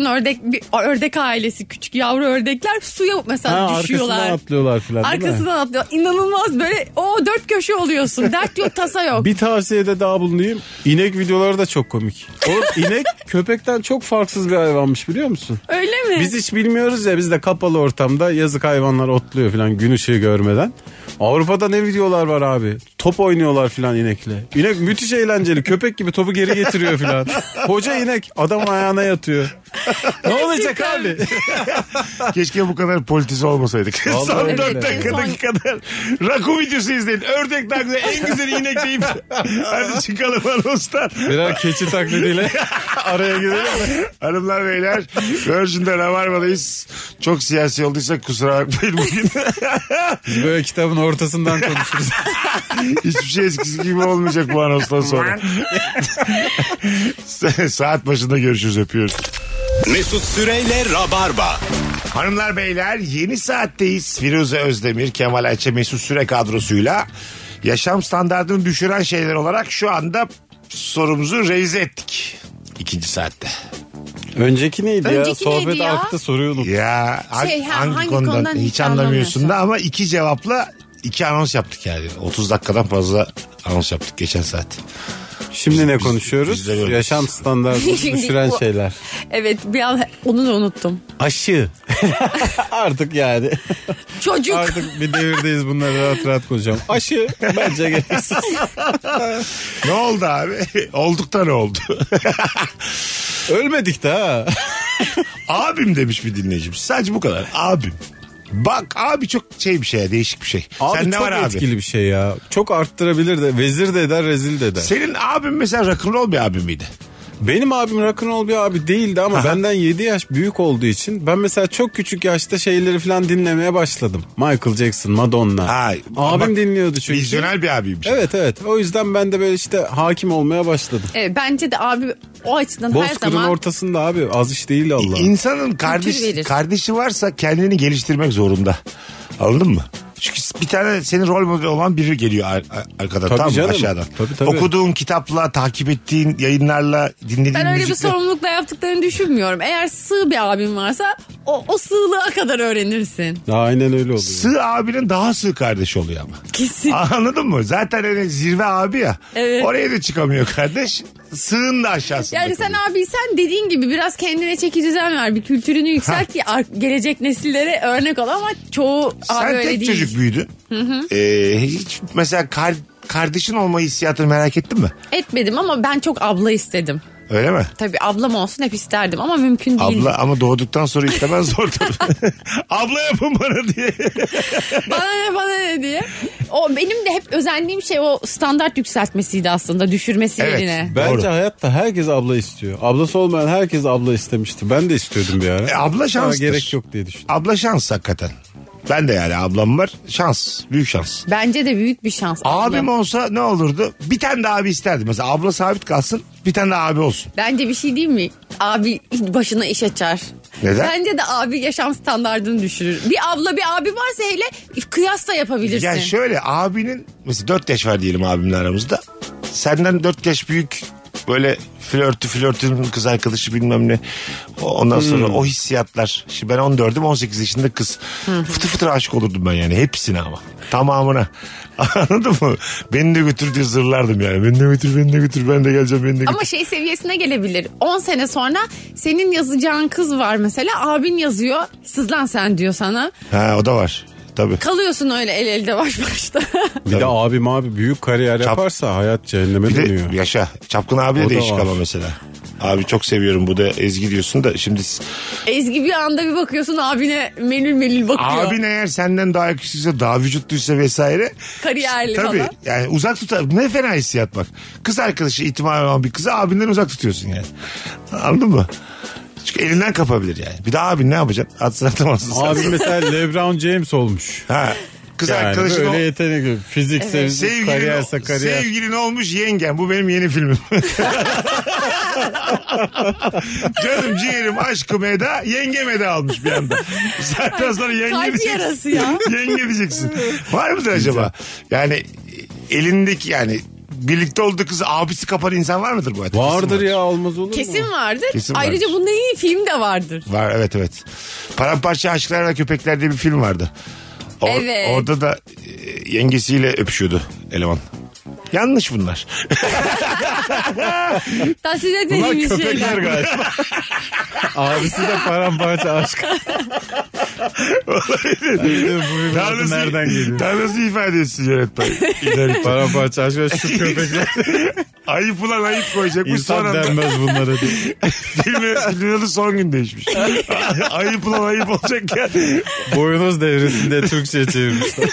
ördek ailesi, küçük yavru ördekler suya mesela Arkasından düşüyorlar. atlıyorlar falan değil mi? Arkasından atlıyor. İnanılmaz böyle dört köşe oluyorsun. Dert yok tasa yok. Bir tavsiyede daha bulunayım. İnek videoları da çok komik. O inek köpekten çok farksız bir hayvanmış biliyor musun? Öyle mi? Biz hiç bilmiyoruz ya biz de kapalı ortamda yazık hayvanlar otluyor falan gün ışığı görmeden. Avrupa'da ne videolar var abi. Top oynuyorlar falan inekle. İnek müthiş eğlenceli. Köpek gibi topu geri getiriyor falan. Koca inek adamın ayağına yatıyor. Ne olacak abi? Keşke bu kadar politize olmasaydık. Vallahi Son öyle. 4 dakikadaki kadar. Rakun videosu izleyin. Ördek daha güzel. En güzel inek deyip. Hadi çıkalım anonstan. Birer keçi taklidiyle araya gidelim mi? Hanımlar beyler. Virgin'de Rabarba'dayız. Çok siyasi olduysak kusura bakmayın bugün. Biz böyle kitabın ortasından konuşuruz. Hiçbir şey eskisi gibi olmayacak bu anonstan sonra. Saat başında görüşürüz öpüyoruz. Mesut Süreyle Rabarba. Hanımlar beyler yeni saatteyiz. Firuze Özdemir, Kemal Ayça, Mesut Süre kadrosuyla yaşam standartını düşüren şeyler olarak şu anda sorumuzu revize ettik. İkinci saatte. Önceki neydi ya? Önceki Sohbet neydi ya? aktı soruyu unuttum. Ya hangi konudan konudan hiç hiç anlamıyorsun da anlamıyorsun. ama 2 cevapla 2 anons yaptık yani. 30 dakikadan fazla anons yaptık geçen saat. Şimdi ne biz konuşuyoruz? de böyleyiz. Yaşam standartını Şimdi düşüren bu- şeyler. Evet bir an onu da unuttum. Aşı. Artık yani. Çocuk. Artık bir devirdeyiz bunları rahat rahat konuşacağım. Aşı bence gereksiz. Ne oldu abi? Olduk da ne oldu? Ölmedik de ha. Abim demiş bir dinleyicimiz. Sadece bu kadar. Abim. Bak abi çok şey bir şey, değişik bir şey. Abi Sen ne çok var abi? etkili bir şey ya. Çok arttırabilir de vezir de eder rezil de eder. Senin abin mesela rock'n'roll bir abim miydi? Benim abim rock'n'roll bir abi değildi ama benden 7 yaş büyük olduğu için ben mesela çok küçük yaşta şeyleri falan dinlemeye başladım. Michael Jackson, Madonna. Ha, abim bak, dinliyordu çünkü. Vizyoner bir abiymiş. Evet. O yüzden ben de böyle işte hakim olmaya başladım. Evet, bence de abi o açıdan her Bozkır'ın zaman ortasında abi az iş değil Allah. İnsanın verir. kardeşi varsa kendini geliştirmek zorunda. Anladın mı? Çünkü bir tane senin rol model olan biri geliyor arkadan, Tabii tamam mı, canım. aşağıdan. Tabii. Okuduğun kitapla, takip ettiğin yayınlarla, dinlediğin Ben öyle bir müzikle. sorumlulukla yaptıklarını düşünmüyorum. Eğer sığ bir abim varsa o sığlığa kadar öğrenirsin. Aynen öyle oluyor. Sığ abinin daha sığ kardeşi oluyor ama. Kesin. Anladın mı? Zaten öyle zirve abi ya. Evet. Oraya da çıkamıyor kardeş. Sığın da aşağısında. Yani sen kalıyor. abi sen dediğin gibi biraz kendine çeki düzen ver. Bir kültürünü yükselt ki gelecek nesillere örnek ol ama çoğu abi Sen öyle tek değil. çocuk büyüdün. Hiç mesela kardeşin olma hissiyatını merak ettin mi? Etmedim ama ben çok abla istedim. Öyle mi? Tabii ablam olsun hep isterdim ama mümkün değil. Abla ama doğduktan sonra istemez zor tabii. Abla yapın bana diye. Bana ne diye. O benim de hep özendiğim şey o standart yükseltmesiydi aslında, düşürmesi Evet. yerine. Bence Doğru. hayatta herkes abla istiyor. Ablası olmayan herkes abla istemişti. Ben de istiyordum bir ara. Abla Ama şanstır. gerek yok diye düşündüm. Abla şans hakikaten. Ben de yani ablam var. Şans. Büyük şans. Bence de büyük bir şans. Abim abla. olsa ne olurdu? Bir tane de abi isterdim. Mesela abla sabit kalsın. Bir tane de abi olsun. Bence bir şey değil mi? Abi başına iş açar. Neden? Bence de abi yaşam standartını düşürür. Bir abla bir abi varsa hele kıyas da yapabilirsin. Yani şöyle abinin mesela 4 yaş var diyelim abimle aramızda. Senden 4 yaş büyük böyle flörtünün kız arkadaşı bilmem ne. Ondan sonra o hissiyatlar. Şimdi ben 14'üm 18 yaşında kız. Fıtır fıtır aşık olurdum ben yani hepsine ama. Tamamına. Anladın mı? Beni de götür diye zırlardım yani. Beni de götür ben de geleceğim beni de götür. Ama şey seviyesine gelebilir. 10 sene sonra senin yazacağın kız var mesela. Abin yazıyor. Sızlan sen diyor sana. Ha o da var. Tabii. Kalıyorsun öyle el elde baş başta. Bir de abi büyük kariyer yaparsa hayat cehenneme Bir de dönüyor. yaşa. Çapkın abi O de da değişik var. ama mesela. Abi çok seviyorum bu da Ezgi diyorsun da şimdi Ezgi bir anda bir bakıyorsun abine melül bakıyor. abin eğer senden daha yakışıklıysa daha vücutluysa vesaire. Kariyerli Tabii falan. yani uzak tutar. Ne fena hissiyat bak. Kız arkadaşı ihtimal olan bir kızı abinden uzak tutuyorsun yani. Anladın mı? Çünkü elinden kapabilir yani. Bir de abin ne yapacaksın? Atsın atamazsın sen. Abi mesela LeBron James olmuş. Ha. Kız Yani arkadaşın böyle yetenekli. Fizik kariyerse kariyer. sevgilin olmuş yengen. Bu benim yeni filmim. Canım ciğerim aşkım Eda yengem Eda almış bir anda. Zaten sonra yenge Kalp diyeceksin. yarası ya. Yenge diyeceksin. Var mıdır acaba? Yani elindeki yani birlikte olduğu kızı abisi kapan insan var mıdır bu hayatta? Vardır ya olmaz olur mu? Kesin vardır. Kesin Ayrıca vardır. bununla iyi film de vardır. Var evet. Paramparça Aşklar ve Köpekler diye bir film vardı. Evet. Orada da yengesiyle öpüşüyordu eleman. Yanlış bunlar. Tahsil Bunlar edilmiş köpekler şeyler. galiba. Abisi de paramparça aşk. Bu filmin adı nereden geliyor? Daha nasıl ifade etsin yönetmen? İleri- Paramparça aşk ve şu köpekler. Ayıp ulan ayıp koyacakmış İnsan sonra. denmez bunlara diye. Filmin adı son gün değişmiş. Ayıp ulan ayıp olacak ya. Boyunuz devresinde Türkçe çevirmişler.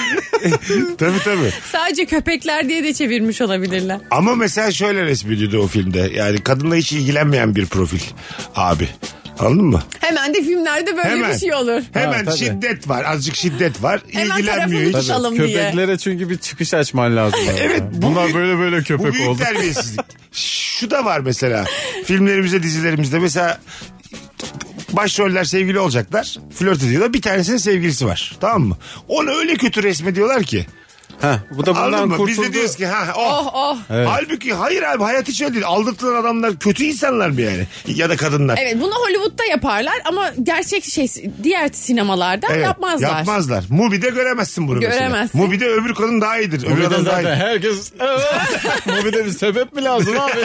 Tabii. Sadece köpekler diye de çevirmiş olabilirler. Ama mesela şöyle resmediyordu o filmde. Yani kadınla hiç ilgilenmeyen bir profil abi. Anladın mı? Hemen de filmlerde böyle bir şey olur. Hemen tabii. şiddet var. Azıcık şiddet var. Hemen İlgilenmiyor tarafını hiç. tutalım diye. Köpeklere çünkü bir çıkış açman lazım. Evet, bu Bunlar büyük- böyle Bu köpek büyük oldu. terbiyesizlik. Şu da var mesela. Filmlerimizde, dizilerimizde mesela başroller sevgili olacaklar. Flört ediyorlar. Bir tanesinin sevgilisi var. Tamam mı? Onu öyle kötü resmediyorlar ki. Heh, bu da Anladın bundan mı? Biz kurtuldu. de diyoruz ki oh. Oh. Evet. Halbuki hayır abi hayat hiç öyle değil. Aldatılan adamlar kötü insanlar mı yani? Ya da kadınlar. Evet bunu Hollywood'da yaparlar ama gerçek diğer sinemalarda Evet, yapmazlar. Yapmazlar. Mubi'de göremezsin bunu mesela. Göremezsin. Mubi'de öbür kadın daha iyidir. Öbür Bir de adam daha zaten iyi. herkes bu bir de bir sebep mi lazım abi?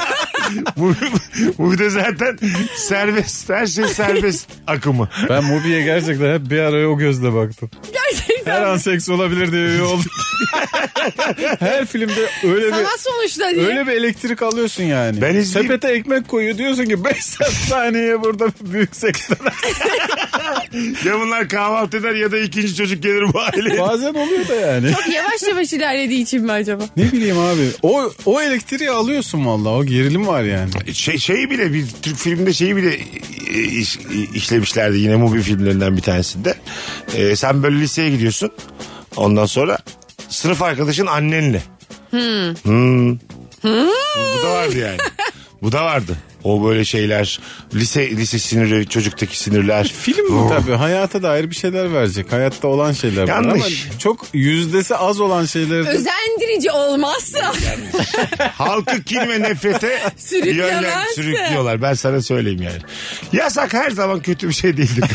Mubi'de zaten serbest. Her şey serbest akımı. Ben Mubi'ye gerçekten hep bir ara o gözle baktım. Gerçekten. Her an seks olabilir diye üye oldum. Her filmde öyle bir Sanat sonuçta diye. öyle bir elektrik alıyorsun yani. Ben izleyeyim. Sepete ekmek koyuyor diyorsun ki 5 saniye burada büyük seks. Ya bunlar kahvaltı eder ya da ikinci çocuk gelir bu aileye. Bazen oluyor da yani. Çok yavaş ilerlediği için mi acaba? Ne bileyim abi. O elektriği alıyorsun vallahi. O gerilim var yani. Şeyi bile bir Türk filminde şeyi bile işlemişlerdi yine Mubi filmlerinden bir tanesinde. Sen böyle liseye gidiyorsun. Ondan sonra sınıf arkadaşın annenle. Bu da vardı yani. Bu da vardı. O böyle şeyler, lise siniri, çocuktaki sinirler. Film bu tabii. Hayata dair bir şeyler verecek. Hayatta olan şeyler bunlar ama Yanlış. çok yüzdesi az olan şeyleri de... Özendirici olmazsa. Halkı kin ve nefrete Sürüklemezse. sürüklüyorlar. Ben sana söyleyeyim yani. Yasak her zaman kötü bir şey değildir.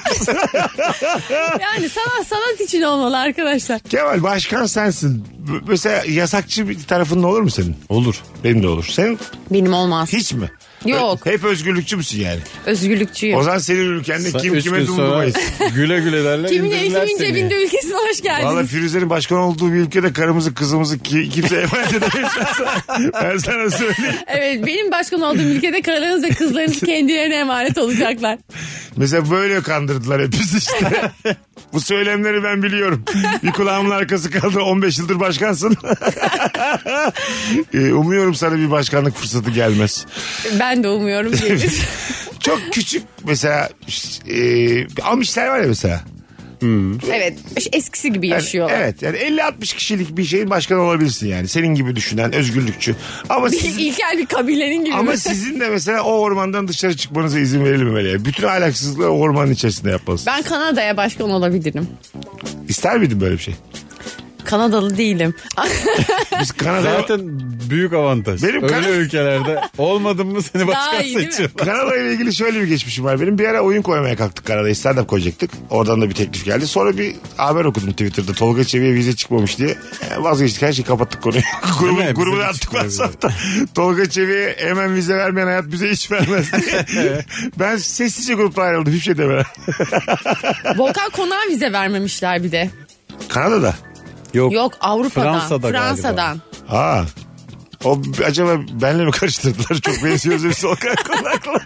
Yani sanat için olmalı arkadaşlar. Kemal, başkan sensin. Mesela yasakçı bir tarafın olur mu senin? Olur. Benim de olur. Senin Benim olmaz. hiç mi? Yok. Hep özgürlükçü müsün yani? Özgürlükçüyüm. O zaman senin ülkende kim Üç kime gün sonra dumdurmayız. güle güle derler. Kimin indirirler eşimin seni. cebinde ülkesine hoş geldiniz. Valla Firuze'nin başkan olduğu bir ülkede karımızı kızımızı kimse emanet edemeyiz. Ben sana söyleyeyim. Evet, benim başkan olduğum ülkede karılarınız ve kızlarınız kendilerine emanet olacaklar. Mesela böyle kandırdılar hepimiz işte. Bu söylemleri ben biliyorum. Bir kulağımın arkası kaldı, 15 yıldır başkansın. Umuyorum sana bir başkanlık fırsatı gelmez. Ben de umuyorum gelir. Çok küçük mesela Amişler var ya mesela. Evet, eskisi gibi yaşıyorlar. Evet, yani 50-60 kişilik bir şeyin başkanı olabilirsin yani. Senin gibi düşünen, özgürlükçü. Ama İlkel bir kabilenin gibi. ama sizin de mesela o ormandan dışarı çıkmanıza izin verilmemeli. Yani bütün ahlaksızlığı o ormanın içerisinde yapmalısın. Ben Kanada'ya başkan olabilirim. İster miydin böyle bir şey? Kanadalı değilim. Biz Kanada'ya... Zaten büyük avantaj. Benim Öyle ülkelerde olmadın mı seni başkan Daha iyi değil mi? seçiyorlar. Kanada ile ilgili şöyle bir geçmişim var. Benim bir ara oyun koymaya kalktık Kanada'ya. Stand-up koyacaktık. Oradan da bir teklif geldi. Sonra bir haber okudum Twitter'da. Tolga Çevik'e vize çıkmamış diye. Vazgeçtik. Her şeyi kapattık konuyu. mi? Grubu Bize da de attık çıkmıyor WhatsApp'ta. Tolga Çevik'e hemen vize vermeyen hayat bize hiç vermez diye. Ben sessizce gruptan ayrıldım. Hiçbir şey demedim. Volkan Konağı vize vermemişler bir de. Kanada'da. Yok, Avrupa'dan. Fransa'da galiba. Fransa'dan. Ha. O acaba benle mi karıştırdılar? Çok benziyoruz biz Volkan Konak'la.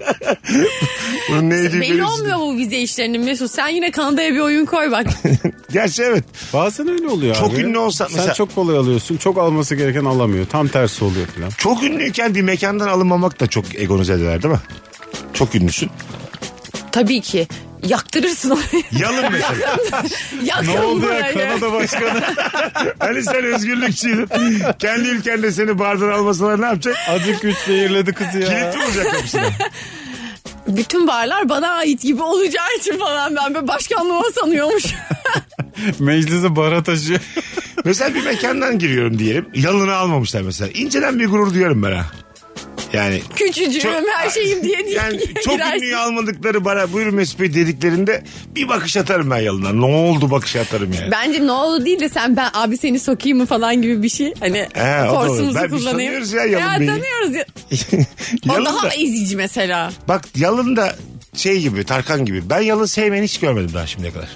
Bunun neydi? Belli olmuyor bu vize işlerinin Mesut. Sen yine Kanada'ya bir oyun koy bak. Gerçi evet. Bazen öyle oluyor Çok abi. ünlü olsa Sen mesela- çok kolay alıyorsun. Çok alması gereken alamıyor. Tam tersi oluyor falan. Çok ünlüyken bir mekandan alınmamak da çok egonize eder değil mi? Çok ünlüsün. Tabii ki. Yaktırırsın orayı. Yalın mesela. Yakın burayı. Kanada başkanı? Hani sen özgürlükçüydün. Kendi ülkende seni bardan almasalar ne yapacak? Azıcık güç zehirledi kızı ya. Kilit mi olacak kapısına? Bütün barlar bana ait gibi olacağı için falan ben böyle başkanlığa sanıyormuş. Meclisi bara taşıyor. Mesela bir mekandan giriyorum diyelim. Yalını almamışlar mesela. İnceden bir gurur duyarım ben ha. Yani Küçücüğüm her şeyim diye yani çok girersin. ünlüyü almadıkları bana buyurun Mesut Bey dediklerinde bir bakış atarım ben yalına. Ne oldu bakışı atarım yani. Bence ne oldu değil de ben abi seni sokayım mı falan gibi bir şey. Hani O da olur. forsumuzu Biz kullanayım. tanıyoruz ya Yalın Bey'i. Tanıyoruz ya. O Yalın daha da, ezici mesela. bak Yalın da şey gibi, Tarkan gibi. Ben Yalın sevmeni hiç görmedim daha şimdiye kadar.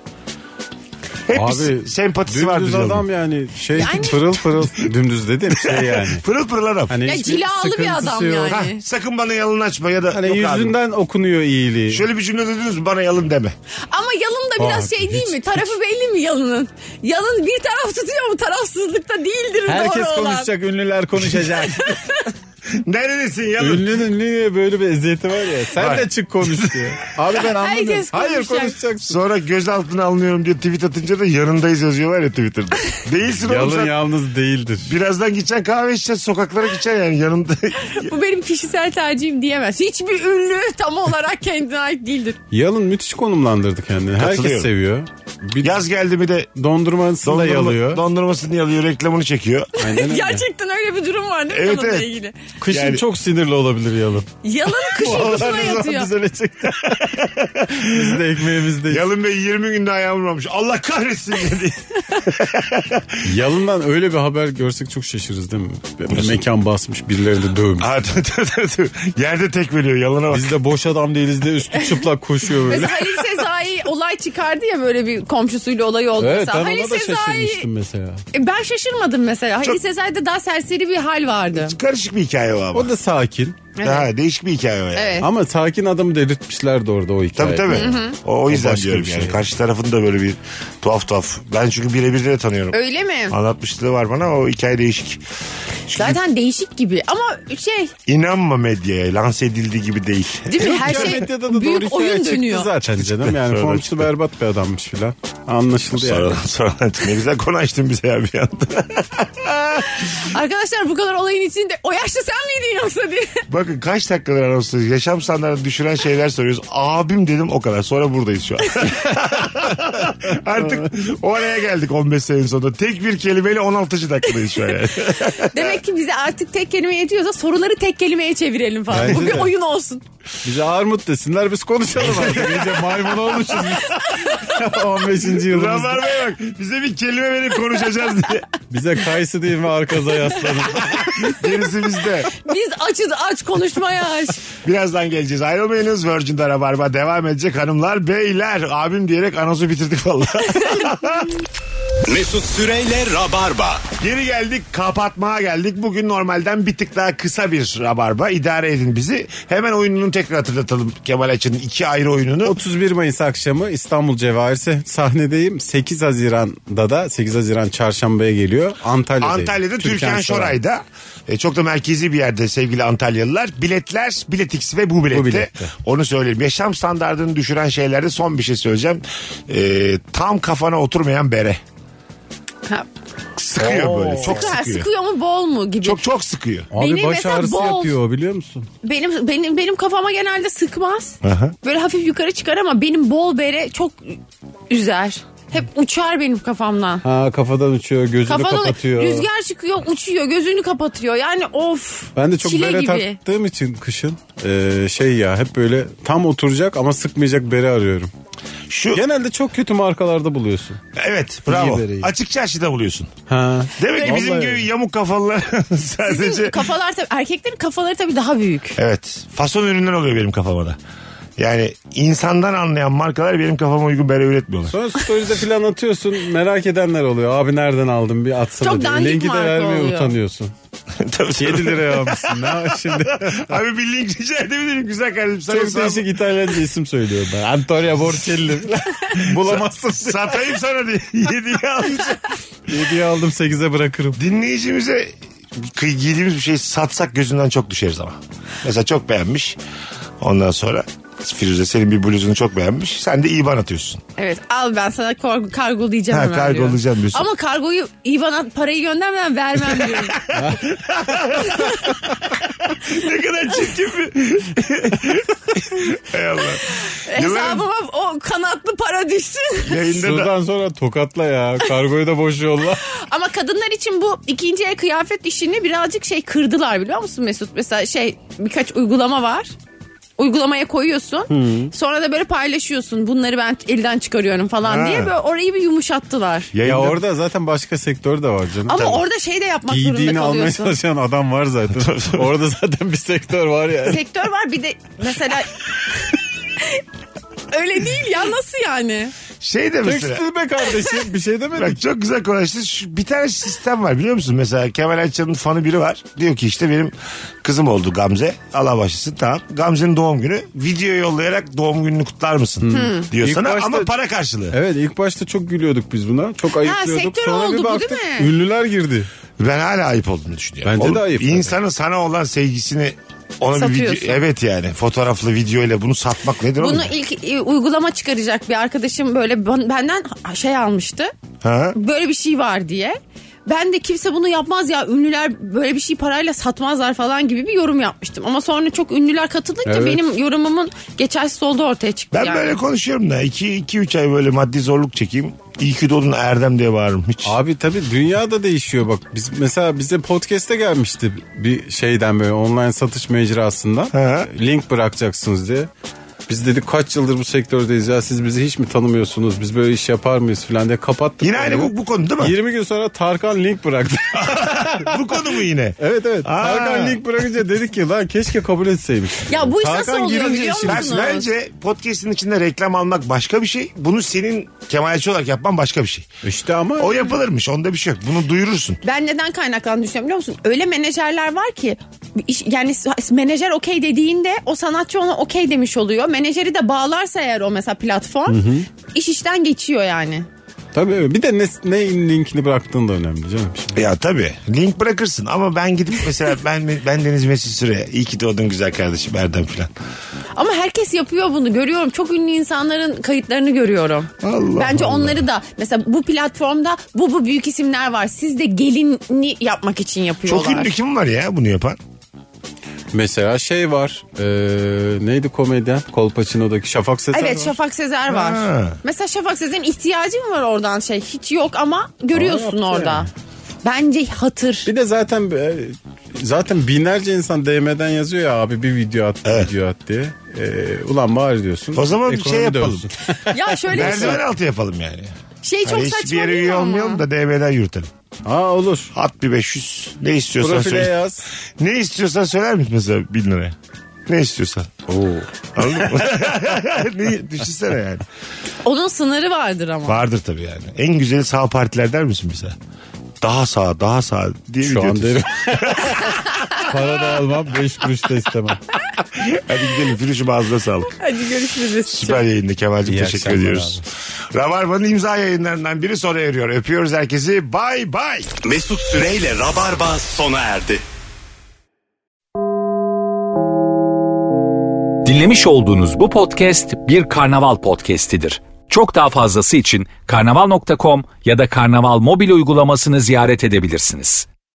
Hep bir sempatisi vardır dümdüz Yalın. adam yani şey Yani- pırıl pırıl dümdüz dedim şey yani. Pırıl pırıl adam. Hani Ya hiçbir cilalı bir sıkıntısı adam yok. yani. Ha, sakın bana Yalın açma ya da Hani yok abi. yüzünden okunuyor iyiliği. Şöyle bir cümle duydunuz mu? Bana Yalın deme. Ama Yalın da biraz Aa, şey değil mi? Tarafı belli mi Yalın'ın? Yalın bir taraf tutuyor mu? Tarafsızlıkta değildir Herkes doğru olan. konuşacak, ünlüler konuşacak. Neredesin Yalın? Ünlüye böyle bir eziyeti var ya. Sen Var. de çık konuş diyor. Abi ben anladım. Herkes Hayır konuşacak. konuşacaksın. Sonra gözaltına alınıyorum diye tweet atınca da yanındayız yazıyorlar ya Twitter'da. Değilsin oğlum Yalın sen. yalnız değildir. Birazdan gideceksin kahve içeceksin, sokaklara gideceksin yani yanında. Bu benim kişisel tercihim diyemez. Hiçbir ünlü tam olarak kendine ait değildir. Yalın müthiş konumlandırdı kendini. Herkes Katılıyorum. seviyor. Bir Yaz geldi mi de dondurmasını da yalıyor. dondurmasını yalıyor, reklamını çekiyor. Aynen öyle. Gerçekten öyle bir durum var değil mi Evet, kanalla evet. ilgili? Kışın Yani- çok sinirli olabilir Yalın. Yalın kış uykusuna Ne zaman yatıyor. düzelecek? Biz de ekmeğimizdeyiz. Yalın Bey 20 günde ayağım vurmamış. Allah kahretsin dedi. Yalın'dan öyle bir haber görsek çok şaşırırız değil mi? Bir mekan basmış, birileri de dövmüş. Ha, yerde tek veriyor Yalın'a bak. Biz de boş adam değiliz diye üstü çıplak koşuyor böyle. Mesela Halil Sezai olay çıkardı ya, böyle bir komşusuyla olay oldu Evet mesela. ben Halil ona da Sezai şaşırmıştım mesela. Ben şaşırmadım mesela. Halil Çok- Sezai'de daha serseri bir hal vardı. Karışık bir hikaye o ama. O da sakin. Ha, değişik bir hikaye o yani. Evet. Ama sakin adamı delirtmişlerdi orada o Tabii hikayede. tabii. O yüzden başka diyorum bir yani. şey. Karşı tarafın da böyle bir tuhaf. Ben çünkü birebir de tanıyorum. Öyle mi? Anlatmışlığı var bana, o hikaye değişik. Zaten değişik gibi ama İnanma medyaya, lanse edildiği gibi değil. değil mi? Her Türkiye şey medyada da doğru büyük hikaye oyun çıktı dönüyor. zaten canım. Yani Sonra komşu çıktı. berbat bir adammış filan. Anlaşıldı yani. Sonradan ne güzel konu açtın bize ya bir anda. Arkadaşlar bu kadar olayın içinde o yaşta sen miydin yoksa diye. Bakın kaç dakikadır anonsuz yaşam standartını düşüren şeyler soruyoruz. Abim dedim o kadar. Sonra buradayız şu an. Artık oraya geldik 15 senenin sonunda. Tek bir kelimeyle 16. dakikadayız şu an yani. Demek ki bize artık tek kelime yetiyorsa soruları tek kelimeye çevirelim falan. Bence Bu bir de. oyun olsun. Bize armut desinler biz konuşalım artık. İyice maymun olmuşuz biz. 15. yılımızda. Rabarba'ya bak. Bize bir kelime verin konuşacağız diye. Bize kayısı değil mi arkaza yaslanın. Gerisi bizde. Biz açız aç konuşmaya aç. Birazdan geleceğiz. Ayrılmayınız. Virgin'de Rabarba devam edecek hanımlar. Beyler abim diyerek anonsu bitirdik vallahi. Mesut Süreyle Rabarba. Geri geldik, kapatmaya geldik. Bugün normalden bir tık daha kısa bir Rabarba. İdare edin bizi. Hemen oyununu tekrar hatırlatalım. Kemal Ayça'nın 2 ayrı oyununu. 31 Mayıs akşamı İstanbul Cevahir'se sahnedeyim. 8 Haziran'da da 8 Haziran çarşambaya geliyor. Antalya'da Türkan Şoray'da. Çok da merkezi bir yerde sevgili Antalyalılar. Biletler Biletix ve bu bilette. bilette. Onu söyleyeyim. Yaşam standartını düşüren şeylerde son bir şey söyleyeceğim. Tam kafana oturmayan bere. Ha, Sıkıyor böyle. Çok sıkıyor. sıkıyor mu bol mu gibi. Çok sıkıyor. Abi Benim baş mesela ağrısı bol. yapıyor biliyor musun? Benim kafama genelde sıkmaz. Aha. Böyle hafif yukarı çıkar ama benim bol bere çok üzer. Hep uçar benim kafamdan. Ha kafadan uçuyor gözünü kapatıyor. rüzgar çıkıyor uçuyor gözünü kapatıyor. Yani of. Ben de çok çile bere gibi. taktığım için kışın hep böyle tam oturacak ama sıkmayacak bere arıyorum. Şu Genelde çok kötü markalarda buluyorsun. evet bravo. İyi bereyi. Açık çarşıda buluyorsun. Ha. Demek ki Vallahi bizim gibi öyle. yamuk kafalılar sadece... Bizim kafalar tabii erkeklerin kafaları tabii daha büyük. Evet. Fason ürünler oluyor benim kafama da. Yani insandan anlayan markalar benim kafama uygun bere üretmiyorlar. Sonra story'de falan atıyorsun merak edenler oluyor. Abi nereden aldın bir atsana Çok diye. dandik Linki de marka vermeye oluyor. utanıyorsun. Tabii. 7 liraya almışsın ne var şimdi? Abi bir link rica edebilirim güzel kardeşim. Sana Çok değişik İtalyanca isim söylüyor ben. Antonio Borcelli. Bulamazsın. satayım sana diye. 7'ye alacağım. 7'ye aldım 8'e bırakırım. Dinleyicimize giydiğimiz bir şeyi satsak gözünden çok düşeriz ama. Mesela çok beğenmiş. Ondan sonra Firuze senin bir bluzunu çok beğenmiş. Sen de IBAN atıyorsun. Evet al ben sana kargolayacağım Ha, hemen kargolayacağım diyor. diyorsun. Ama kargoyu IBAN'a parayı göndermeden vermem diyorum. Ne kadar çirkin bir... Hay Allah. Hesabıma o kanatlı para düşsün. Yayında da Şuradan sonra tokatla ya. Kargoyu da boş yolla. Ama kadınlar için bu ikinci el kıyafet işini birazcık kırdılar biliyor musun Mesut? Mesela birkaç uygulama var. Uygulamaya koyuyorsun. Sonra da böyle paylaşıyorsun. Bunları ben elden çıkarıyorum falan Ha. diye böyle orayı bir yumuşattılar. Ya yayında... orada zaten başka sektör de var canım. Ama Tabii. orada de yapmak zorunda Giydiğini almaya kalıyorsun. çalışan adam var zaten. Orada zaten bir sektör var yani. Sektör var bir de mesela öyle değil ya nasıl yani? Şey de mesela... Tekstil be kardeşim bir şey demedik. Bak çok güzel konuştun. Bir tane sistem var biliyor musun? Mesela Kemal Ayça'nın fanı biri var. Diyor ki işte benim kızım oldu Gamze. Allah başlasın tamam. Gamze'nin doğum günü. Video yollayarak doğum gününü kutlar mısın? Diyor İlk sana başta- ama para karşılığı. Evet ilk başta çok gülüyorduk biz buna. Çok ayıplıyorduk. sektör Sonra oldu bir bu, baktık değil mi? ünlüler girdi. Ben hala ayıp olduğunu düşünüyorum. Bence de ayıp tabii. İnsanın sana olan sevgisini ona bir Satıyorsun. video, evet yani fotoğraflı video ile bunu satmak nedir oğlum? Bunu ilk uygulama çıkaracak bir arkadaşım böyle benden almıştı. Ha? Böyle bir şey var diye. Ben de kimse bunu yapmaz ya ünlüler böyle bir şey parayla satmazlar falan gibi bir yorum yapmıştım. Ama sonra çok ünlüler katılınca Evet. benim yorumumun geçersiz olduğu ortaya çıktı Ben yani. böyle konuşuyorum da 2-3 ay böyle maddi zorluk çekeyim. İyi ki doğdun Erdem diye bağırırım hiç. Abi tabii dünya da değişiyor bak. Biz mesela bize podcast'e gelmişti bir şeyden böyle online satış mecrasından. Ha. Link bırakacaksınız diye. Biz dedik kaç yıldır bu sektördeyiz ya siz bizi hiç mi tanımıyorsunuz? Biz böyle iş yapar mıyız falan diye kapattık. Yine aynı bu konu değil mi? 20 gün sonra Tarkan link bıraktı. Bu konu mu yine? Evet. Aa. Tarkan link bırakınca dedik ki lan keşke kabul etseymiş. Ya bu iş Tarkan nasıl oluyor girince biliyor işin- musunuz? Bence podcast'in içinde reklam almak başka bir şey. Bunu senin Kemal Ayça olarak yapman başka bir şey. İşte ama O yapılırmış onda bir şey yok. Bunu duyurursun. Ben neden kaynaklandığını düşünüyorum biliyor musun? Öyle menajerler var ki yani menajer okey dediğinde o sanatçı ona okey demiş oluyor. Menajeri de bağlarsa eğer o mesela platform iş işten geçiyor yani. Tabii bir de ne linkini bıraktığın da önemli canım. Ya tabii. Link bırakırsın ama ben gidip mesela ben Deniz Mesut Süre. İyi ki doğdun güzel kardeşim Erdem filan. Ama herkes yapıyor bunu, görüyorum. Çok ünlü insanların kayıtlarını görüyorum. Bence onları da mesela bu platformda bu büyük isimler var. Siz de gelini yapmak için yapıyorlar. Çok ünlü kim var ya bunu yapan? Mesela şey var. Neydi komedyen? Kolpaçino'daki Şafak Sezer Evet, var. Şafak Sezer var. Ha. Mesela Şafak Sezer'in ihtiyacı mı var oradan hiç yok ama görüyorsun orada. yani. Bence hatır. Bir de zaten binlerce insan DM'den yazıyor ya abi bir video at, video at diye. Ulan bari diyorsun. O zaman bir ekonomi şey yapalım. dövsün. Ya şöyle bir şey. Merdiven altı yapalım yani. Çok Hani saçma hiçbir yere değil üye mi olmayalım ama? da DM'den yürütelim. Olur. At bir 500. Ne istiyorsan Profile söyle. yaz. Ne istiyorsan söyler misin mesela 1000 liraya? Ne istiyorsan. Anladın mı? Düşünsene yani. Onun sınırı vardır ama. Vardır tabii yani. En güzeli sağ partiler der misin mesela? Daha sağ diye Şu video an atıyorsun. derim. Para da almam 5 kuruş da istemem. Hadi gidelim. Firuş'um ağzına sağlık. Hadi görüşürüz Mesut'cum. Süper yayında Kemal'cim İyi teşekkür akşamlar ediyoruz. Rabarba'nın imza yayınlarından biri sona eriyor. Öpüyoruz herkesi. Bay bay. Mesut Süreyle Rabarba sona erdi. Dinlemiş olduğunuz bu podcast bir karnaval podcastidir. Çok daha fazlası için karnaval.com ya da karnaval mobil uygulamasını ziyaret edebilirsiniz.